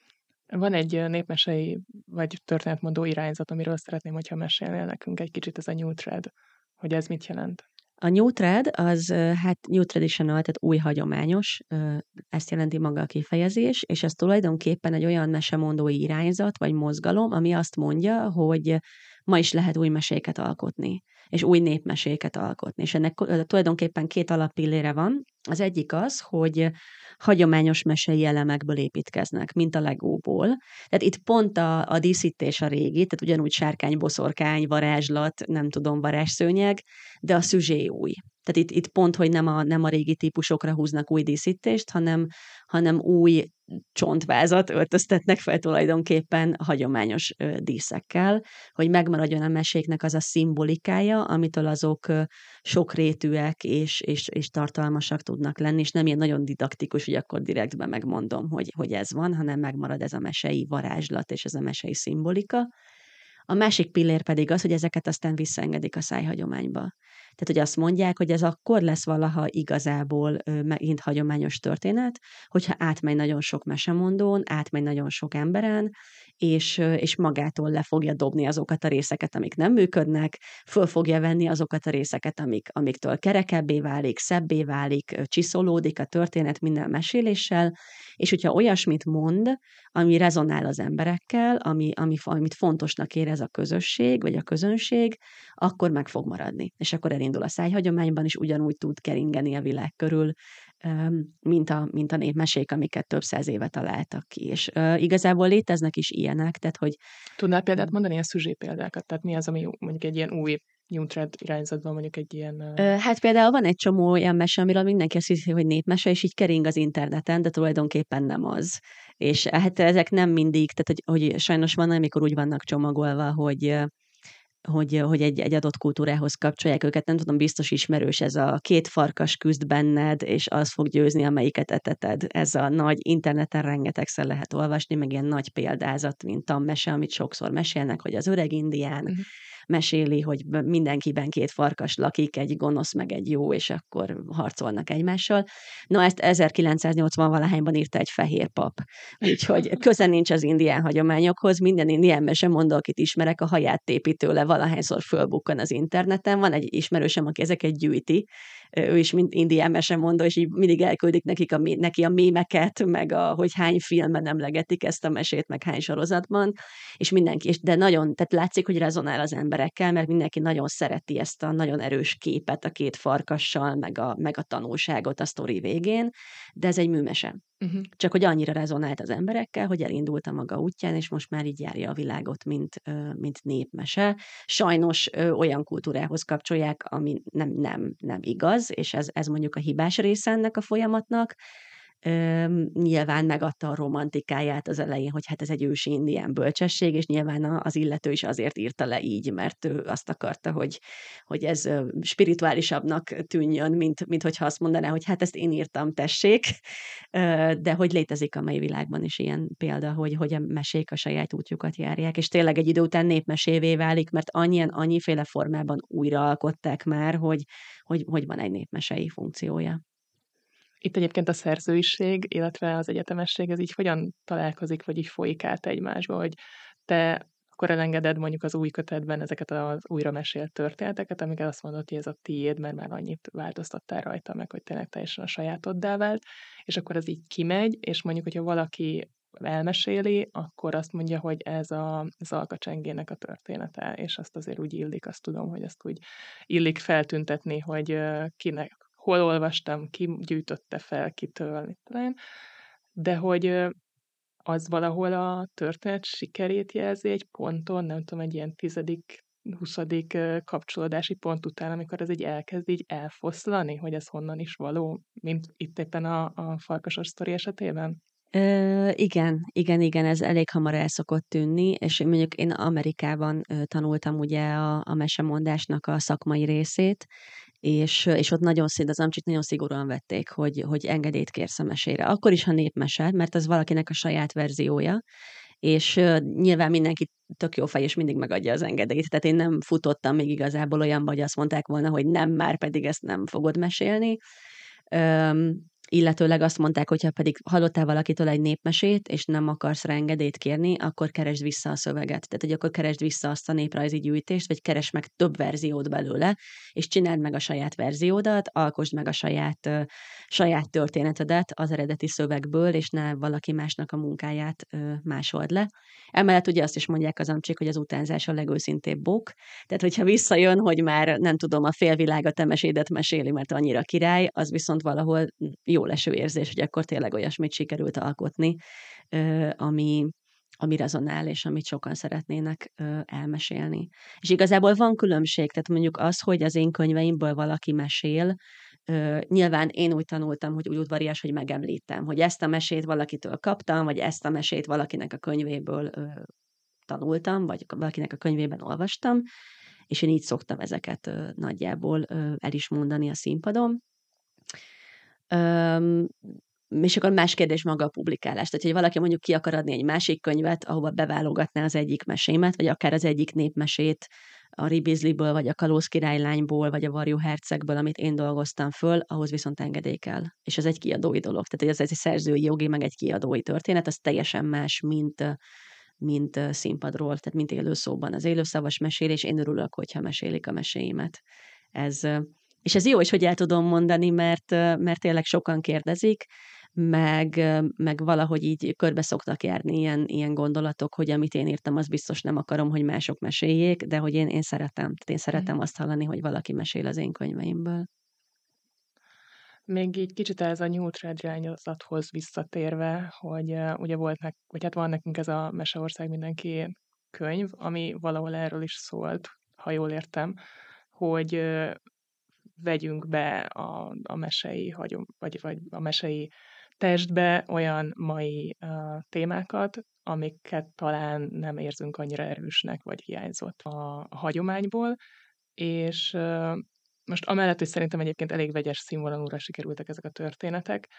[SPEAKER 1] Van egy népmesei vagy történetmondó irányzat, amiről szeretném, hogyha mesélnél nekünk egy kicsit, ez a New Thread, hogy ez mit jelent?
[SPEAKER 2] A New Thread az, hát New Traditional, tehát új hagyományos, ezt jelenti maga a kifejezés, és ez tulajdonképpen egy olyan mesemondói irányzat, vagy mozgalom, ami azt mondja, hogy ma is lehet új meséket alkotni, és új népmeséket alkotni. És ennek tulajdonképpen két alappillére van. Az egyik az, hogy hagyományos mesei elemekből építkeznek, mint a legóból. Tehát itt pont a, a díszítés a régi, tehát ugyanúgy sárkány, boszorkány, varázslat, nem tudom, varázsszőnyeg, de a szüzsé új. Tehát itt, itt pont, hogy nem a, nem a régi típusokra húznak új díszítést, hanem, hanem új csontvázat öltöztetnek fel tulajdonképpen hagyományos ö, díszekkel, hogy megmaradjon a meséknek az a szimbolikája, amitől azok ö, sokrétűek és, és, és tartalmasak tudnak lenni, és nem ilyen nagyon didaktikus, hogy akkor direktben megmondom, hogy, hogy ez van, hanem megmarad ez a mesei varázslat és ez a mesei szimbolika. A másik pillér pedig az, hogy ezeket aztán visszaengedik a szájhagyományba. Tehát, hogy azt mondják, hogy ez akkor lesz valaha igazából ö, megint hagyományos történet, hogyha átmegy nagyon sok mesemondón, átmegy nagyon sok emberen, és, ö, és magától le fogja dobni azokat a részeket, amik nem működnek, föl fogja venni azokat a részeket, amik, amiktől kerekebbé válik, szebbé válik, ö, csiszolódik a történet minden meséléssel, és hogyha olyasmit mond, ami rezonál az emberekkel, ami, ami, amit fontosnak érez a közösség, vagy a közönség, akkor meg fog maradni. És akkor elindul a szájhagyományban is, ugyanúgy tud keringeni a világ körül, mint a, mint a népmesék, amiket több száz éve találtak ki. És uh, igazából léteznek is ilyenek, tehát hogy...
[SPEAKER 1] Tudnál példát mondani, ilyen szüzsé példákat? Tehát mi az, ami mondjuk egy ilyen új New Thread irányzatban mondjuk egy ilyen... Uh...
[SPEAKER 2] Hát például van egy csomó olyan mese, amiről mindenki azt hiszi, hogy népmese, és így kering az interneten, de tulajdonképpen nem az. És hát ezek nem mindig, tehát hogy, hogy sajnos van, amikor úgy vannak csomagolva, hogy hogy, hogy egy, egy adott kultúrához kapcsolják őket. Nem tudom, biztos ismerős ez a két farkas küzd benned, és az fog győzni, amelyiket eteted. Ez a nagy, interneten rengetegszer lehet olvasni, meg ilyen nagy példázat, mint tanmese, amit sokszor mesélnek, hogy az öreg indián, uh-huh. meséli, hogy mindenkiben két farkas lakik, egy gonosz meg egy jó, és akkor harcolnak egymással. Na ezt ezerkilencszáznyolcvan-valahányban írta egy fehér pap. Úgyhogy köze nincs az indián hagyományokhoz, minden indián mesemondó, akit ismerek, a haját tépi tőle, valahányszor fölbukkan az interneten. Van egy ismerősöm, aki ezeket gyűjti, ő is mind indián mesemondó, és így mindig elküldik nekik a, neki a mémeket, meg a, hogy hány filmben emlegetik ezt a mesét, meg hány sorozatban, és mindenki, és de nagyon, tehát látszik, hogy rezonál az emberekkel, mert mindenki nagyon szereti ezt a nagyon erős képet a két farkassal, meg a, meg a tanulságot a sztori végén, de ez egy műmese. Uh-huh. Csak hogy annyira rezonált az emberekkel, hogy elindult a maga útján, és most már így járja a világot, mint, mint népmese. Sajnos olyan kultúrához kapcsolják, ami nem, nem, nem igaz, és ez, ez mondjuk a hibás része ennek a folyamatnak. Üm, nyilván megadta a romantikáját az elején, hogy hát ez egy ősi indián bölcsesség, és nyilván az illető is azért írta le így, mert ő azt akarta, hogy, hogy ez spirituálisabbnak tűnjön, mint, mint hogyha azt mondaná, hogy hát ezt én írtam, tessék, de hogy létezik a mai világban is ilyen példa, hogy, hogy a mesék a saját útjukat járják, és tényleg egy idő után népmesévé válik, mert annyian, annyiféle formában újraalkották már, hogy, hogy, hogy van egy népmesei funkciója.
[SPEAKER 1] Itt egyébként a szerzőiség, illetve az egyetemesség, ez így hogyan találkozik, vagy így folyik át egymásba, hogy te akkor elengeded mondjuk az új kötetben ezeket az újra mesélt történeteket, amiket azt mondod, hogy ez a tiéd, mert már annyit változtattál rajta meg, hogy tényleg teljesen a sajátoddá vált, és akkor ez így kimegy, és mondjuk, hogyha valaki elmeséli, akkor azt mondja, hogy ez a, az alkacsengének a története, és azt azért úgy illik, azt tudom, hogy ezt úgy illik feltüntetni, hogy kinek, hol olvastam, ki gyűjtötte fel, kitől, mit tudom, de hogy az valahol a történet sikerét jelzi egy ponton, nem tudom, egy ilyen tizedik, huszadik kapcsolódási pont után, amikor ez így elkezd így elfoszlani, hogy ez honnan is való, mint itt éppen a, a farkasos sztori esetében?
[SPEAKER 2] Ö, igen, igen, igen, ez elég hamar el szokott tűnni, és mondjuk én Amerikában ö, tanultam ugye a, a mesemondásnak a szakmai részét, és, és ott nagyon szint, az amcsit nagyon szigorúan vették, hogy, hogy engedélyt kérsz a mesére. Akkor is, ha népmese, mert az valakinek a saját verziója, és uh, nyilván mindenki tök jó fej, és mindig megadja az engedélyt. Tehát én nem futottam még igazából olyanba, hogy azt mondták volna, hogy nem, már pedig ezt nem fogod mesélni. Um, illetőleg azt mondták, hogy ha pedig hallottál valakitől egy népmesét, és nem akarsz rá engedélyt kérni, akkor keresd vissza a szöveget. Tehát, hogy akkor keresd vissza azt a néprajzi gyűjtést, vagy keresd meg több verziót belőle, és csináld meg a saját verziódat, alkosd meg a saját, uh, saját történetedet az eredeti szövegből, és ne valaki másnak a munkáját uh, másold le. Emellett ugye azt is mondják az amcsik, hogy az utánzás a legőszintébb bók. Tehát, hogyha visszajön, hogy már nem tudom, a félvilág a te mesédet meséli, mert annyira király, az viszont valahol jó leső érzés, hogy akkor tényleg olyasmit sikerült alkotni, ami, ami rezonál, és amit sokan szeretnének elmesélni. És igazából van különbség, tehát mondjuk az, hogy az én könyveimből valaki mesél, nyilván én úgy tanultam, hogy úgy udvarias, hogy megemlítem, hogy ezt a mesét valakitől kaptam, vagy ezt a mesét valakinek a könyvéből tanultam, vagy valakinek a könyvében olvastam, és én így szoktam ezeket nagyjából el is mondani a színpadon. Öm, és akkor más kérdés maga a publikálás. Tehát, hogy valaki mondjuk ki akar adni egy másik könyvet, ahova beválogatná az egyik mesémet, vagy akár az egyik népmesét a Ribizliből, vagy a Kalóz királylányból, vagy a Varjú hercegből, amit én dolgoztam föl, ahhoz viszont engedély kell. És ez egy kiadói dolog. Tehát, ez egy szerzői jogi, meg egy kiadói történet, az teljesen más, mint mint színpadról, tehát mint élőszóban. Az élőszavas mesélés, én örülök, hogyha mesélik a meséimet. Ez, és ez jó is, hogy el tudom mondani, mert, mert tényleg sokan kérdezik, meg, meg valahogy így körbe szoktak járni ilyen, ilyen gondolatok, hogy amit én írtam, az biztos nem akarom, hogy mások meséljék, de hogy én, én szeretem. Tehát én szeretem azt hallani, hogy valaki mesél az én könyveimből.
[SPEAKER 1] Még így kicsit ez a New Thread irányzathoz visszatérve, hogy uh, ugye volt nek, vagy hát van nekünk ez a Meseország mindenki könyv, ami valahol erről is szólt, ha jól értem, hogy uh, vegyünk be a, a mesei hagyom, vagy, vagy a mesei testbe olyan mai uh, témákat, amiket talán nem érzünk annyira erősnek, vagy hiányzott a, a hagyományból, és uh, most amellett, hogy szerintem egyébként elég vegyes színvonalúra sikerültek ezek a történetek,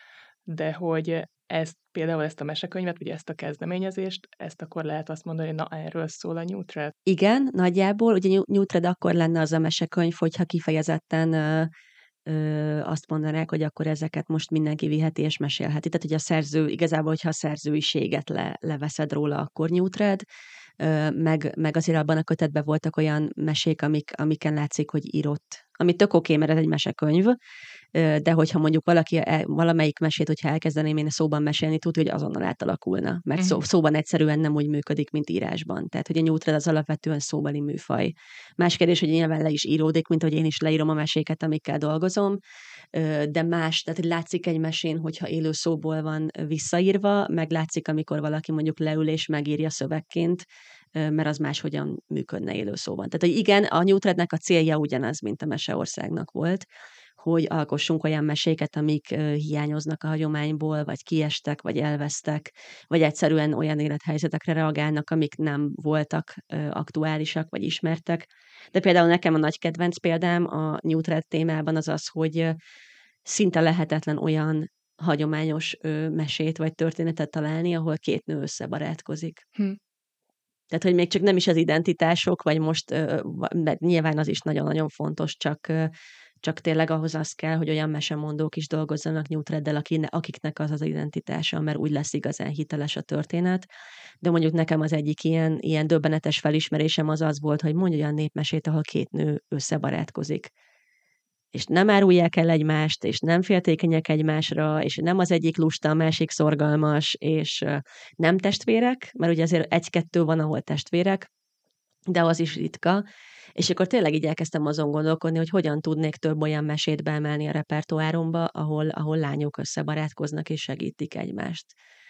[SPEAKER 1] de hogy ezt például ezt a mesekönyvet, vagy ezt a kezdeményezést, ezt akkor lehet azt mondani, hogy na, erről szól a New Thread?
[SPEAKER 2] Igen, nagyjából. Ugye New New Thread akkor lenne az a mesekönyv, hogyha kifejezetten ö, ö, azt mondanák, hogy akkor ezeket most mindenki viheti és mesélheti. Tehát, hogy a szerző, igazából, hogyha a szerzőiséget le, leveszed róla, akkor New Thread, ö, meg, meg azért abban a kötetben voltak olyan mesék, amik, amiken látszik, hogy írott. Ami tök oké, mert ez egy mesekönyv, ö, de hogyha mondjuk valaki, el, valamelyik mesét, hogyha elkezdeném én szóban mesélni, tud, hogy azonnal átalakulna. Mert szó,
[SPEAKER 1] Mhm.
[SPEAKER 2] szóban egyszerűen nem úgy működik, mint írásban. Tehát, hogy a New Thread az alapvetően szóbeli műfaj. Más kérdés, hogy nyilván le is íródik, mint hogy én is leírom a meséket, amikkel dolgozom, ö, de más, tehát hogy látszik egy mesén, hogyha élő szóból van visszaírva, meg látszik, amikor valaki mondjuk leül és megírja szövegként, ö, mert az máshogyan működne élő szóban. Tehát, hogy igen, a New Threadnek a célja ugyanaz, mint a Meseországnak volt, hogy alkossunk olyan meséket, amik ö, hiányoznak a hagyományból, vagy kiestek, vagy elvesztek, vagy egyszerűen olyan élethelyzetekre reagálnak, amik nem voltak ö, aktuálisak, vagy ismertek. De például nekem a nagy kedvenc példám a New Thread témában az az, hogy ö, szinte lehetetlen olyan hagyományos ö, mesét vagy történetet találni, ahol két nő összebarátkozik.
[SPEAKER 1] Hm.
[SPEAKER 2] Tehát, hogy még csak nem is az identitások, vagy most, ö, va- de nyilván az is nagyon-nagyon fontos, csak, ö, csak tényleg ahhoz az kell, hogy olyan mesemondók is dolgozzanak New Threaddel, akiknek az az identitása, mert úgy lesz igazán hiteles a történet. De mondjuk nekem az egyik ilyen, ilyen döbbenetes felismerésem az az volt, hogy mondj olyan népmesét, ahol két nő összebarátkozik. És nem árulják el egymást, és nem féltékenyek egymásra, és nem az egyik lusta, a másik szorgalmas, és ö, nem testvérek, mert ugye azért egy-kettő van, ahol testvérek, de az is ritka. És akkor tényleg így elkezdtem azon gondolkodni, hogy hogyan tudnék több olyan mesét beemelni a repertoáromba, ahol, ahol lányok összebarátkoznak és segítik egymást.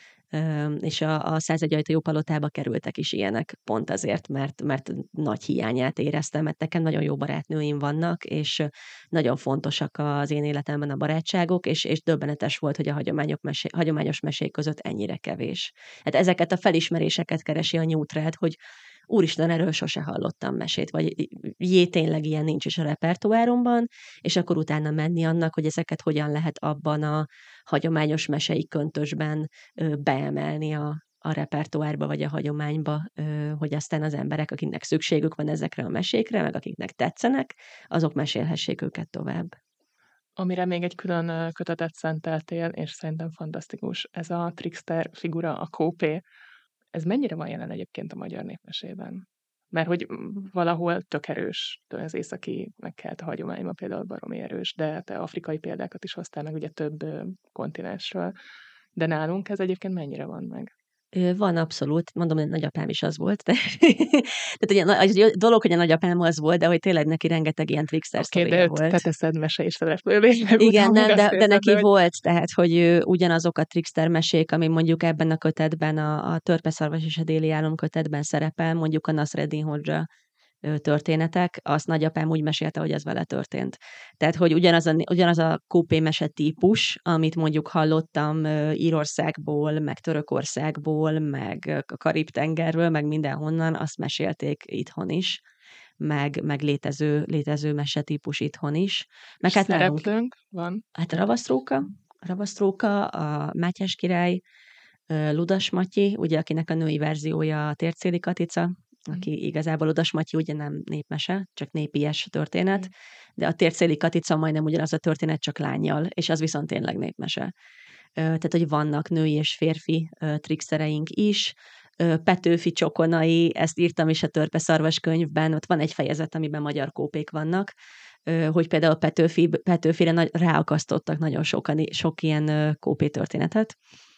[SPEAKER 2] Ö, és a, a százegy ajtajó palotába kerültek is ilyenek, pont azért, mert, mert nagy hiányát éreztem, mert nekem nagyon jó barátnőim vannak, és nagyon fontosak az én életemben a barátságok, és, és döbbenetes volt, hogy a hagyományok mesé, hagyományos mesék között ennyire kevés. Hát ezeket a felismeréseket keresi a New Thread, hogy úristen, erről sose hallottam mesét, vagy jé, tényleg ilyen nincs is a repertoáromban, és akkor utána menni annak, hogy ezeket hogyan lehet abban a hagyományos mesei köntösben ö, beemelni a, a repertoárba, vagy a hagyományba, ö, hogy aztán az emberek, akiknek szükségük van ezekre a mesékre, meg akiknek tetszenek, azok mesélhessék őket tovább.
[SPEAKER 1] Amire még egy külön ö, kötetet szenteltél, és szerintem fantasztikus, ez a trickster figura, a kópé. Ez mennyire van jelen egyébként a magyar népmesében? Mert hogy mm, valahol tök erős, tőle az északi megkelt a hagyományban például baromi erős, de te afrikai példákat is hoztál meg ugye több ö, kontinensről. De nálunk ez egyébként mennyire van meg?
[SPEAKER 2] Ö, van abszolút, mondom, hogy a nagyapám is az volt, de tehát ugye na az egy dolog, hogy a nagyapám az volt, de hogy tényleg neki rengeteg ilyen trickster
[SPEAKER 1] Oké, de
[SPEAKER 2] sztoria
[SPEAKER 1] őt te
[SPEAKER 2] volt.
[SPEAKER 1] teszed mese és szereplővé, meg
[SPEAKER 2] Igen,
[SPEAKER 1] utána
[SPEAKER 2] nem, de, de
[SPEAKER 1] beszélted, de
[SPEAKER 2] neki
[SPEAKER 1] hogy
[SPEAKER 2] volt, tehát, hogy ő ugyanazok a trickster mesék, ami mondjuk ebben a kötetben, a, a Törpeszarvas és a Déli Álom kötetben szerepel, mondjuk a Nasreddin Hodzsa ö, történetek, azt nagyapám úgy mesélte, hogy ez vele történt. Tehát, hogy ugyanaz a, ugyanaz a kúpémese típus, amit mondjuk hallottam ö, Írországból, meg Törökországból, meg a Karib-tengerről, meg mindenhonnan, azt mesélték itthon is, meg, meg létező, létező mesetípus itthon is. Meg
[SPEAKER 1] és
[SPEAKER 2] hát nálunk,
[SPEAKER 1] szereplőnk van.
[SPEAKER 2] hát a Ravasztróka, a Ravasztróka, a Mátyás király, ö, Ludas Matyi, ugye, akinek a női verziója a Tércéli Katica,
[SPEAKER 1] Mhm.
[SPEAKER 2] aki igazából Ludas Matyi ugye nem népmese, csak népies történet,
[SPEAKER 1] Oké.
[SPEAKER 2] de a Tércéli Katica majdnem ugyanaz a történet, csak lánnyal, és az viszont tényleg népmese. Ö, tehát, hogy vannak női és férfi ö, trickszereink is. Ö, Petőfi Csokonai, ezt írtam is a Törpeszarvas könyvben, ott van egy fejezet, amiben magyar kópék vannak, ö, hogy például Petőfi, Petőfire nagy, ráakasztottak nagyon sokan, sok ilyen ö, kópé történetet.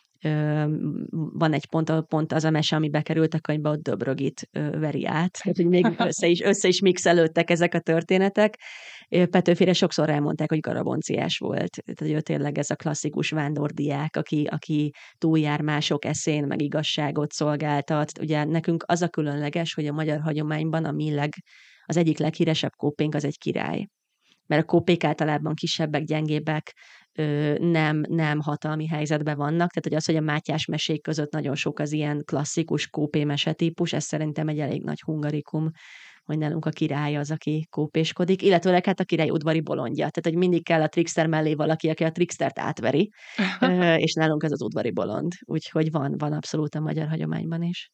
[SPEAKER 2] Ö, van egy pont, ahol pont az a mese, ami bekerült a könyvbe, ott Döbrögit ö, veri át, tehát hogy még össze is, össze is mixelődtek ezek a történetek. Ö, Petőfire sokszor elmondták, hogy garabonciás volt. Tehát, hogy ő tényleg ez a klasszikus vándordiák, aki, aki túljár mások eszén, meg igazságot szolgáltat. Ugye nekünk az a különleges, hogy a magyar hagyományban a mi leg, az egyik leghíresebb kópénk az egy király, mert a kópék általában kisebbek, gyengébbek, ö, nem, nem hatalmi helyzetben vannak, tehát hogy az, hogy a Mátyás mesék között nagyon sok az ilyen klasszikus kópé mesetípus, ez szerintem egy elég nagy hungarikum, hogy nálunk a király az, aki kópéskodik, illetőleg hát a király udvari bolondja. Tehát, hogy mindig kell a trickster mellé valaki, aki a trickstert átveri, és nálunk ez az udvari bolond. Úgyhogy van, van abszolút a magyar hagyományban is.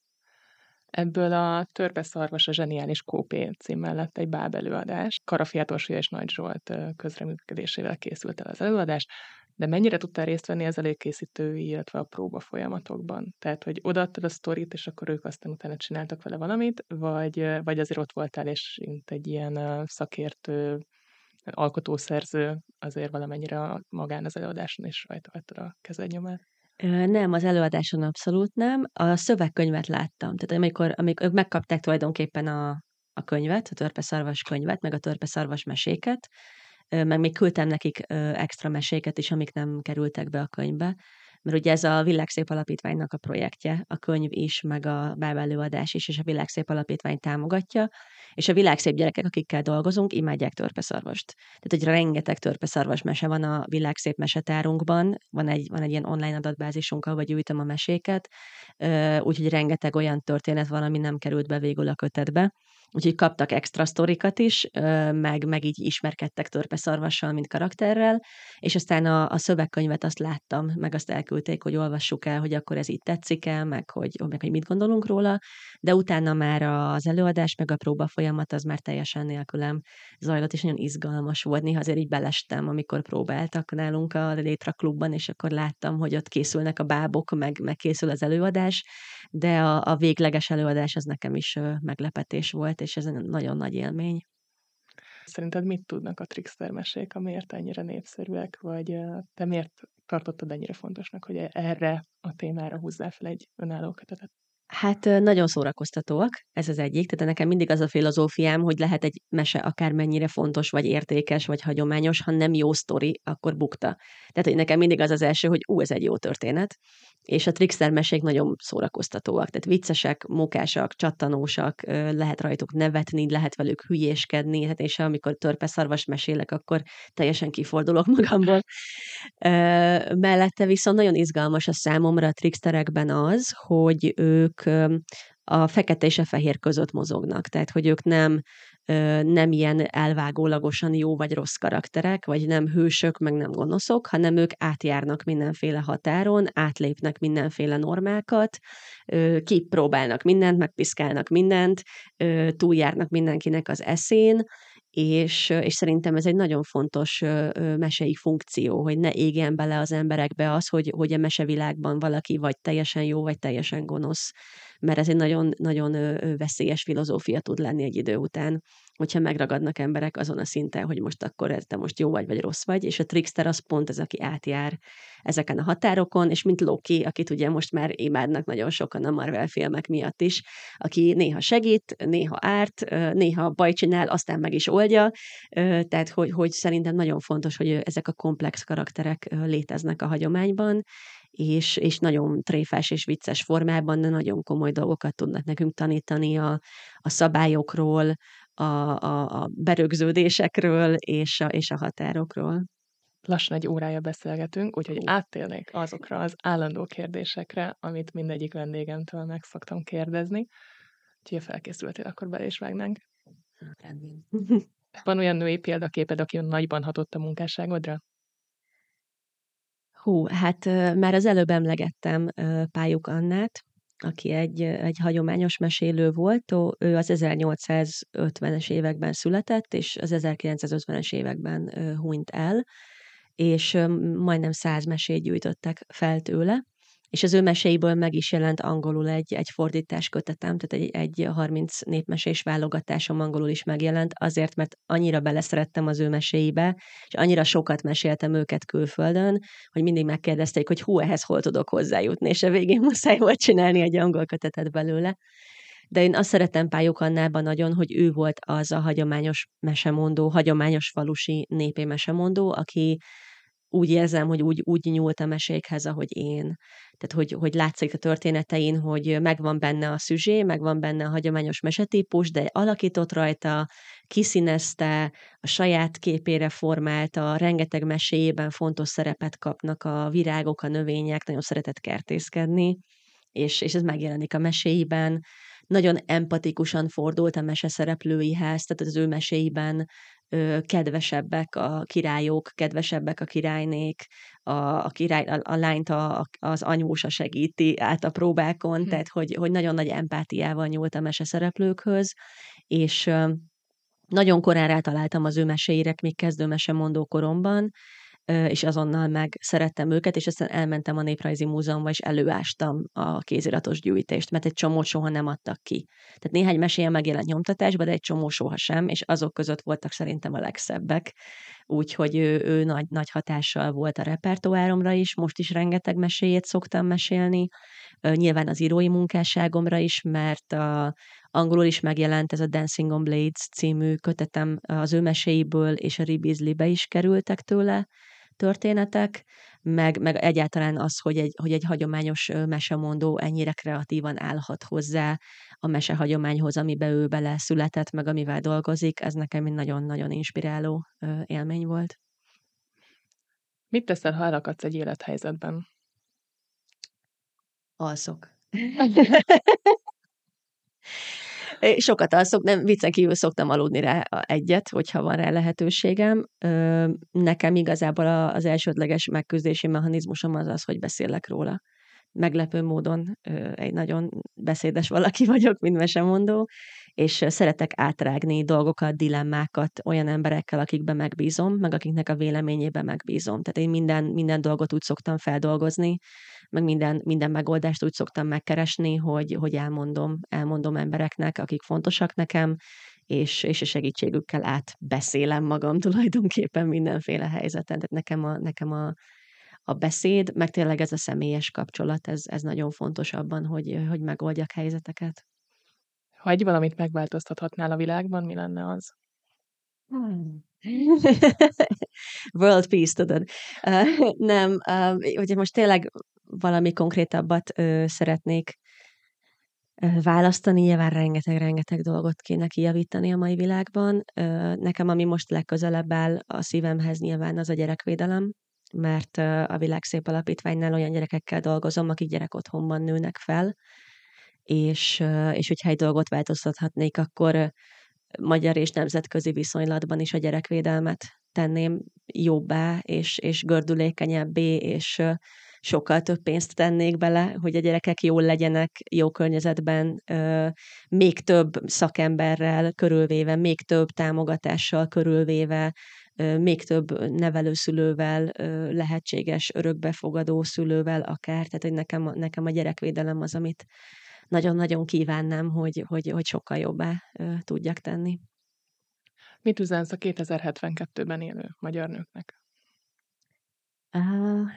[SPEAKER 1] Ebből a Törpe szarvas a zseniális kópé címmel lett egy bábelőadás. Karafiát Orsolya és Nagy Zsolt közreműködésével készült el az előadás, de mennyire tudtál részt venni az előkészítői, illetve a próba folyamatokban? Tehát, hogy odaadtad a sztorit, és akkor ők aztán utána csináltak vele valamit, vagy, vagy azért ott voltál, és mint egy ilyen szakértő, alkotószerző, azért valamennyire magán az előadáson is rajta vetted a kezednyomát?
[SPEAKER 2] Nem, az előadáson abszolút nem. A szövegkönyvet láttam. Tehát amikor, amikor ők megkapták tulajdonképpen a, a könyvet, a Törpe-szarvas könyvet, meg a Törpe-szarvas meséket, meg még küldtem nekik extra meséket is, amik nem kerültek be a könyvbe. Mert ugye ez a Világszép Alapítványnak a projektje, a könyv is, meg a bábelőadás is, és a Világszép Alapítvány támogatja, és a világszép gyerekek, akikkel dolgozunk, imádják törpeszarvast. Tehát, hogy rengeteg törpeszarvas mese van a Világszép mesetárunkban, van egy, van egy ilyen online adatbázisunk, ahol gyűjtöm a meséket, úgyhogy rengeteg olyan történet van, ami nem került be végül a kötetbe. Úgyhogy kaptak extra sztorikat is, meg, meg így ismerkedtek törpeszarvassal, mint karakterrel, és aztán a, a szövegkönyvet azt láttam, meg azt elküldték, hogy olvassuk el, hogy akkor ez így tetszik-e, meg hogy, meg hogy mit gondolunk róla, de utána már az előadás, meg a próba folyamat az már teljesen nélkülem zajlott, és nagyon izgalmas volt. Néha azért így belestem, amikor próbáltak nálunk a Létra klubban, és akkor láttam, hogy ott készülnek a bábok, meg, meg készül az előadás, de a, a végleges előadás az nekem is meglepetés volt, és ez egy nagyon nagy élmény.
[SPEAKER 1] Szerinted mit tudnak a trickster mesék, amiért ennyire népszerűek, vagy te miért tartottad ennyire fontosnak, hogy erre a témára húzzál fel egy önálló kötetet?
[SPEAKER 2] Hát nagyon szórakoztatóak, ez az egyik. Tehát nekem mindig az a filozófiám, hogy lehet egy mese akármennyire fontos, vagy értékes, vagy hagyományos, ha nem jó sztori, akkor bukta. Tehát, hogy nekem mindig az az első, hogy ú, ez egy jó történet. És a trickster mesék nagyon szórakoztatóak. Tehát viccesek, mókásak, csattanósak, lehet rajtuk nevetni, lehet velük hülyéskedni. Hát és amikor törpeszarvast mesélek, akkor teljesen kifordulok magamból. Mellette viszont nagyon izgalmas a számomra a tricksterekben az, hogy ők a fekete és a fehér között mozognak. Tehát, hogy ők nem, nem ilyen elvágólagosan jó vagy rossz karakterek, vagy nem hősök, meg nem gonoszok, hanem ők átjárnak mindenféle határon, átlépnek mindenféle normákat, kipróbálnak mindent, megpiszkálnak mindent, túljárnak mindenkinek az eszén, és, és szerintem ez egy nagyon fontos mesei funkció, hogy ne égjen bele az emberekbe az, hogy, hogy a mesevilágban valaki vagy teljesen jó, vagy teljesen gonosz, mert ez egy nagyon, nagyon veszélyes filozófia tud lenni egy idő után, hogyha megragadnak emberek azon a szinten, hogy most akkor ez te most jó vagy, vagy rossz vagy, és a trickster az pont ez, aki átjár ezeken a határokon, és mint Loki, akit ugye most már imádnak nagyon sokan a Marvel filmek miatt is, aki néha segít, néha árt, néha bajt csinál, aztán meg is oldja, tehát hogy, hogy szerintem nagyon fontos, hogy ezek a komplex karakterek léteznek a hagyományban, és, és nagyon tréfás és vicces formában, de nagyon komoly dolgokat tudnak nekünk tanítani a, a szabályokról, a, a, a berögződésekről és a, és a határokról.
[SPEAKER 1] Lassan egy órája beszélgetünk, úgyhogy
[SPEAKER 2] Hú.
[SPEAKER 1] áttérnék azokra az állandó kérdésekre, amit mindegyik vendégemtől meg szoktam kérdezni. Úgyhogy ha felkészültél, akkor bele is vágnánk.
[SPEAKER 2] Rendben.
[SPEAKER 1] Van olyan női példaképed, aki nagyban hatott a munkásságodra?
[SPEAKER 2] Hú, hát már az előbb emlegettem Pályuk Annát, aki egy, egy hagyományos mesélő volt. Ő az ezernyolcszázötvenes években született, és az ezerkilencszázötvenes években hunyt el, és majdnem száz mesét gyűjtöttek fel tőle, és az ő meséiből meg is jelent angolul egy, egy fordítás kötetem, tehát egy, egy harminc népmesés válogatásom angolul is megjelent, azért, mert annyira beleszerettem az ő meséibe, és annyira sokat meséltem őket külföldön, hogy mindig megkérdezték, hogy hú, ehhez hol tudok hozzájutni, és a végén muszáj volt csinálni egy angol kötetet belőle. De én azt szeretem Pályuk Annában nagyon, hogy ő volt az a hagyományos mesemondó, hagyományos falusi népi mesemondó, aki úgy érzem, hogy úgy, úgy nyúlt a mesékhez, ahogy én. Tehát, hogy, hogy látszik a történetein, hogy megvan benne a szüzsé, megvan benne a hagyományos mesetípus, de alakított rajta, kiszínezte, a saját képére formálta, rengeteg meséjében fontos szerepet kapnak a virágok, a növények, nagyon szeretett kertészkedni, és, és ez megjelenik a meséiben. nagyon empatikusan fordult a mese szereplőihez, tehát az ő meséiben ö, kedvesebbek a királyok, kedvesebbek a királynék, a, a, király, a, a lányt a, a, az anyósa segíti át a próbákon,
[SPEAKER 1] Hm.
[SPEAKER 2] tehát hogy, hogy nagyon nagy empátiával nyúlt a mese szereplőkhöz, és ö, nagyon korán rátaláltam az ő meséire, még kezdő mesemondó koromban, és azonnal meg szerettem őket, és aztán elmentem a Néprajzi Múzeumba, és előástam a kéziratos gyűjtést, mert egy csomót soha nem adtak ki. Tehát néhány meséje megjelent nyomtatásba, de egy csomó soha sem, és azok között voltak szerintem a legszebbek. Úgyhogy ő, ő nagy, nagy hatással volt a repertoáromra is, most is rengeteg meséjét szoktam mesélni, nyilván az írói munkásságomra is, mert a, angolul is megjelent ez a Dancing on Blades című kötetem az ő meséiből, és a Ree Beasley-be is kerültek tőle történetek, meg, meg egyáltalán az, hogy egy, hogy egy hagyományos mesemondó ennyire kreatívan állhat hozzá a mesehagyományhoz, amiben ő bele született, meg amivel dolgozik, ez nekem egy nagyon-nagyon inspiráló élmény volt.
[SPEAKER 1] Mit teszel, ha elakadsz egy élethelyzetben?
[SPEAKER 2] Alszok. Sokat alszok, nem viccen kívül szoktam aludni rá egyet, hogyha van rá lehetőségem. Nekem igazából az elsődleges megküzdési mechanizmusom az az, hogy beszélek róla. Meglepő módon egy nagyon beszédes valaki vagyok, mint mesemondó, és szeretek átrágni dolgokat, dilemmákat olyan emberekkel, akikben megbízom, meg akiknek a véleményében megbízom. Tehát én minden, minden dolgot úgy szoktam feldolgozni, meg minden, minden megoldást úgy szoktam megkeresni, hogy, hogy elmondom, elmondom embereknek, akik fontosak nekem, és, és a segítségükkel átbeszélem magam tulajdonképpen mindenféle helyzeten. Tehát nekem a, nekem a a beszéd, meg tényleg ez a személyes kapcsolat, ez, ez nagyon fontos abban, hogy, hogy megoldjak helyzeteket.
[SPEAKER 1] Ha egy valamit megváltoztathatnál a világban, mi lenne az?
[SPEAKER 2] Hmm. World peace, tudod. Uh, nem, uh, ugye most tényleg valami konkrétabbat uh, szeretnék uh, választani, nyilván rengeteg-rengeteg dolgot kéne kijavítani a mai világban. Uh, nekem, ami most legközelebb áll a szívemhez, nyilván az a gyerekvédelem, mert a Világszép Alapítványnál olyan gyerekekkel dolgozom, akik gyerekotthonban nőnek fel, és, és hogyha egy dolgot változtathatnék, akkor magyar és nemzetközi viszonylatban is a gyerekvédelmet tenném jobbá, és, és gördülékenyebbé, és sokkal több pénzt tennék bele, hogy a gyerekek jól legyenek, jó környezetben, még több szakemberrel körülvéve, még több támogatással körülvéve, még több nevelőszülővel, lehetséges örökbefogadó szülővel akár, tehát hogy nekem, nekem a gyerekvédelem az, amit nagyon-nagyon kívánnám, hogy, hogy, hogy sokkal jobbá tudjak tenni.
[SPEAKER 1] Mit üzensz a kétezer-hetvenkettőben élő magyar nőknek?
[SPEAKER 2] Uh,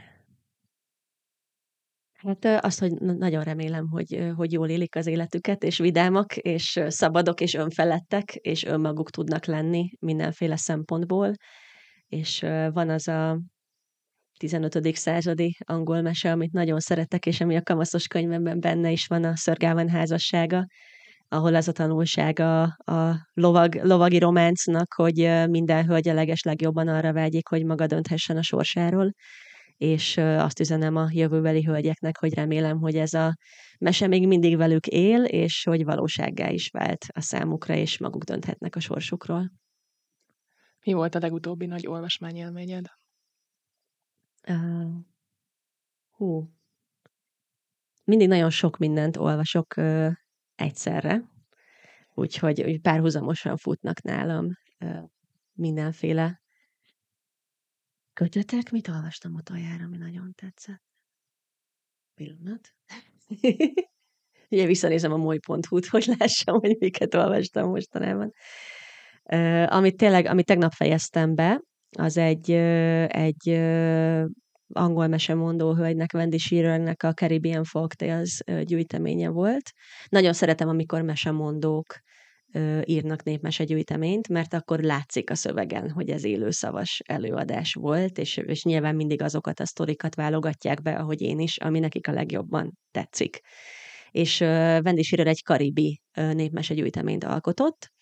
[SPEAKER 2] hát azt, hogy nagyon remélem, hogy, hogy jól élik az életüket, és vidámak, és szabadok, és önfeledtek, és önmaguk tudnak lenni mindenféle szempontból, és van az a tizenötödik századi angol mese, amit nagyon szeretek, és ami a kamaszos könyvemben benne is van, a Sir Gawain házassága, ahol az a tanulság a, a lovag, lovagi románcnak, hogy minden hölgy a leges legjobban arra vágyik, hogy maga dönthessen a sorsáról, és azt üzenem a jövőbeli hölgyeknek, hogy remélem, hogy ez a mese még mindig velük él, és hogy valósággá is vált a számukra, és maguk dönthetnek a sorsukról.
[SPEAKER 1] Mi volt a legutóbbi nagy olvasmányélményed?
[SPEAKER 2] Uh, hú. Mindig nagyon sok mindent olvasok uh, egyszerre, úgyhogy úgy párhuzamosan futnak nálam uh, mindenféle kötetek. Mit olvastam utoljára, ami nagyon tetszett? Pillanat. Ugye visszanézem a moly pont hu-t, hogy lássam, hogy miket olvastam mostanában. Uh, amit tényleg, amit tegnap fejeztem be, az egy, uh, egy uh, angol mesemondó hölgynek, Wendy Shearernek a Caribbean Folktales uh, gyűjteménye volt. Nagyon szeretem, amikor mesemondók uh, írnak népmesegyűjteményt, mert akkor látszik a szövegen, hogy ez élőszavas előadás volt, és, és nyilván mindig azokat a sztorikat válogatják be, ahogy én is, ami nekik a legjobban tetszik. És uh, Wendy Shearer egy karibi uh, népmesegyűjteményt alkotott,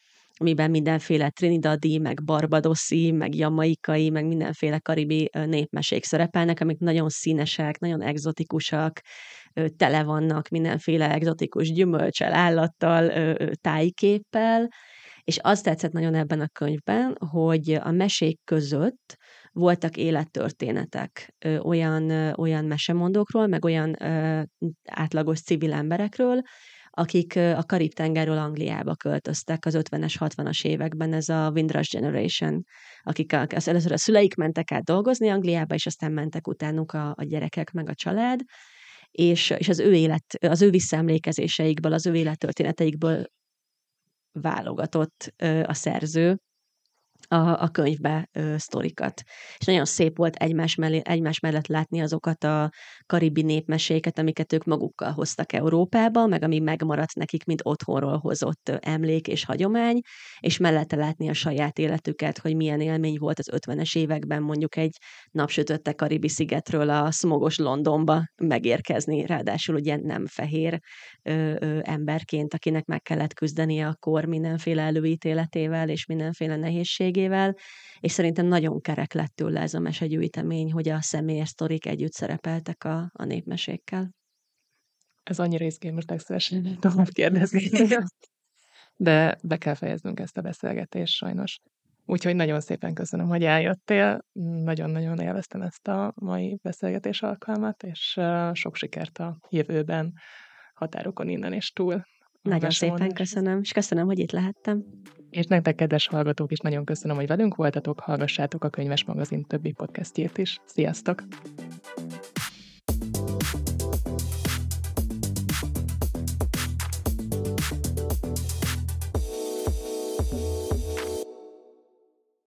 [SPEAKER 2] amiben mindenféle trinidadi, meg barbadoszi, meg jamaikai, meg mindenféle karibi népmesék szerepelnek, amik nagyon színesek, nagyon egzotikusak, tele vannak mindenféle egzotikus gyümölccsel, állattal, tájképpel, és azt tetszett nagyon ebben a könyvben, hogy a mesék között voltak élettörténetek ö, olyan, ö, olyan mesemondókról, meg olyan ö, átlagos civil emberekről, akik ö, a Karib-tengerről Angliába költöztek az ötvenes, hatvanas években, ez a Windrush Generation, akik a, az először a szüleik mentek át dolgozni Angliába, és aztán mentek utánuk a, a gyerekek, meg a család, és, és az ő élet, az ő visszaemlékezéseikből, az ő élettörténeteikből válogatott ö, a szerző a, a könyvbe ö, sztorikat. És nagyon szép volt egymás, mellé, egymás mellett látni azokat a karibi népmeséket, amiket ők magukkal hoztak Európába, meg ami megmaradt nekik, mint otthonról hozott ö, emlék és hagyomány, és mellette látni a saját életüket, hogy milyen élmény volt az ötvenes években mondjuk egy napsütötte karibi szigetről a szmogos Londonba megérkezni, ráadásul ugye nem fehér ö, ö, emberként, akinek meg kellett küzdenie akkor mindenféle előítéletével és mindenféle nehézségével, és szerintem nagyon kerek lett tőle ez a mesegyűjtemény, hogy a személyes sztorik együtt szerepeltek a, a népmesékkel.
[SPEAKER 1] Ez annyira izgé, most legszívesen tovább kérdezni. De be kell fejeznünk ezt a beszélgetést sajnos. Úgyhogy nagyon szépen köszönöm, hogy eljöttél. Nagyon-nagyon élveztem ezt a mai beszélgetés alkalmat, és sok sikert a jövőben, határokon innen és túl.
[SPEAKER 2] Nagyon szépen köszönöm, és köszönöm, hogy itt lehettem.
[SPEAKER 1] És nektek, kedves hallgatók is nagyon köszönöm, hogy velünk voltatok, hallgassátok a Könyves Magazin többi podcastjét is. Sziasztok!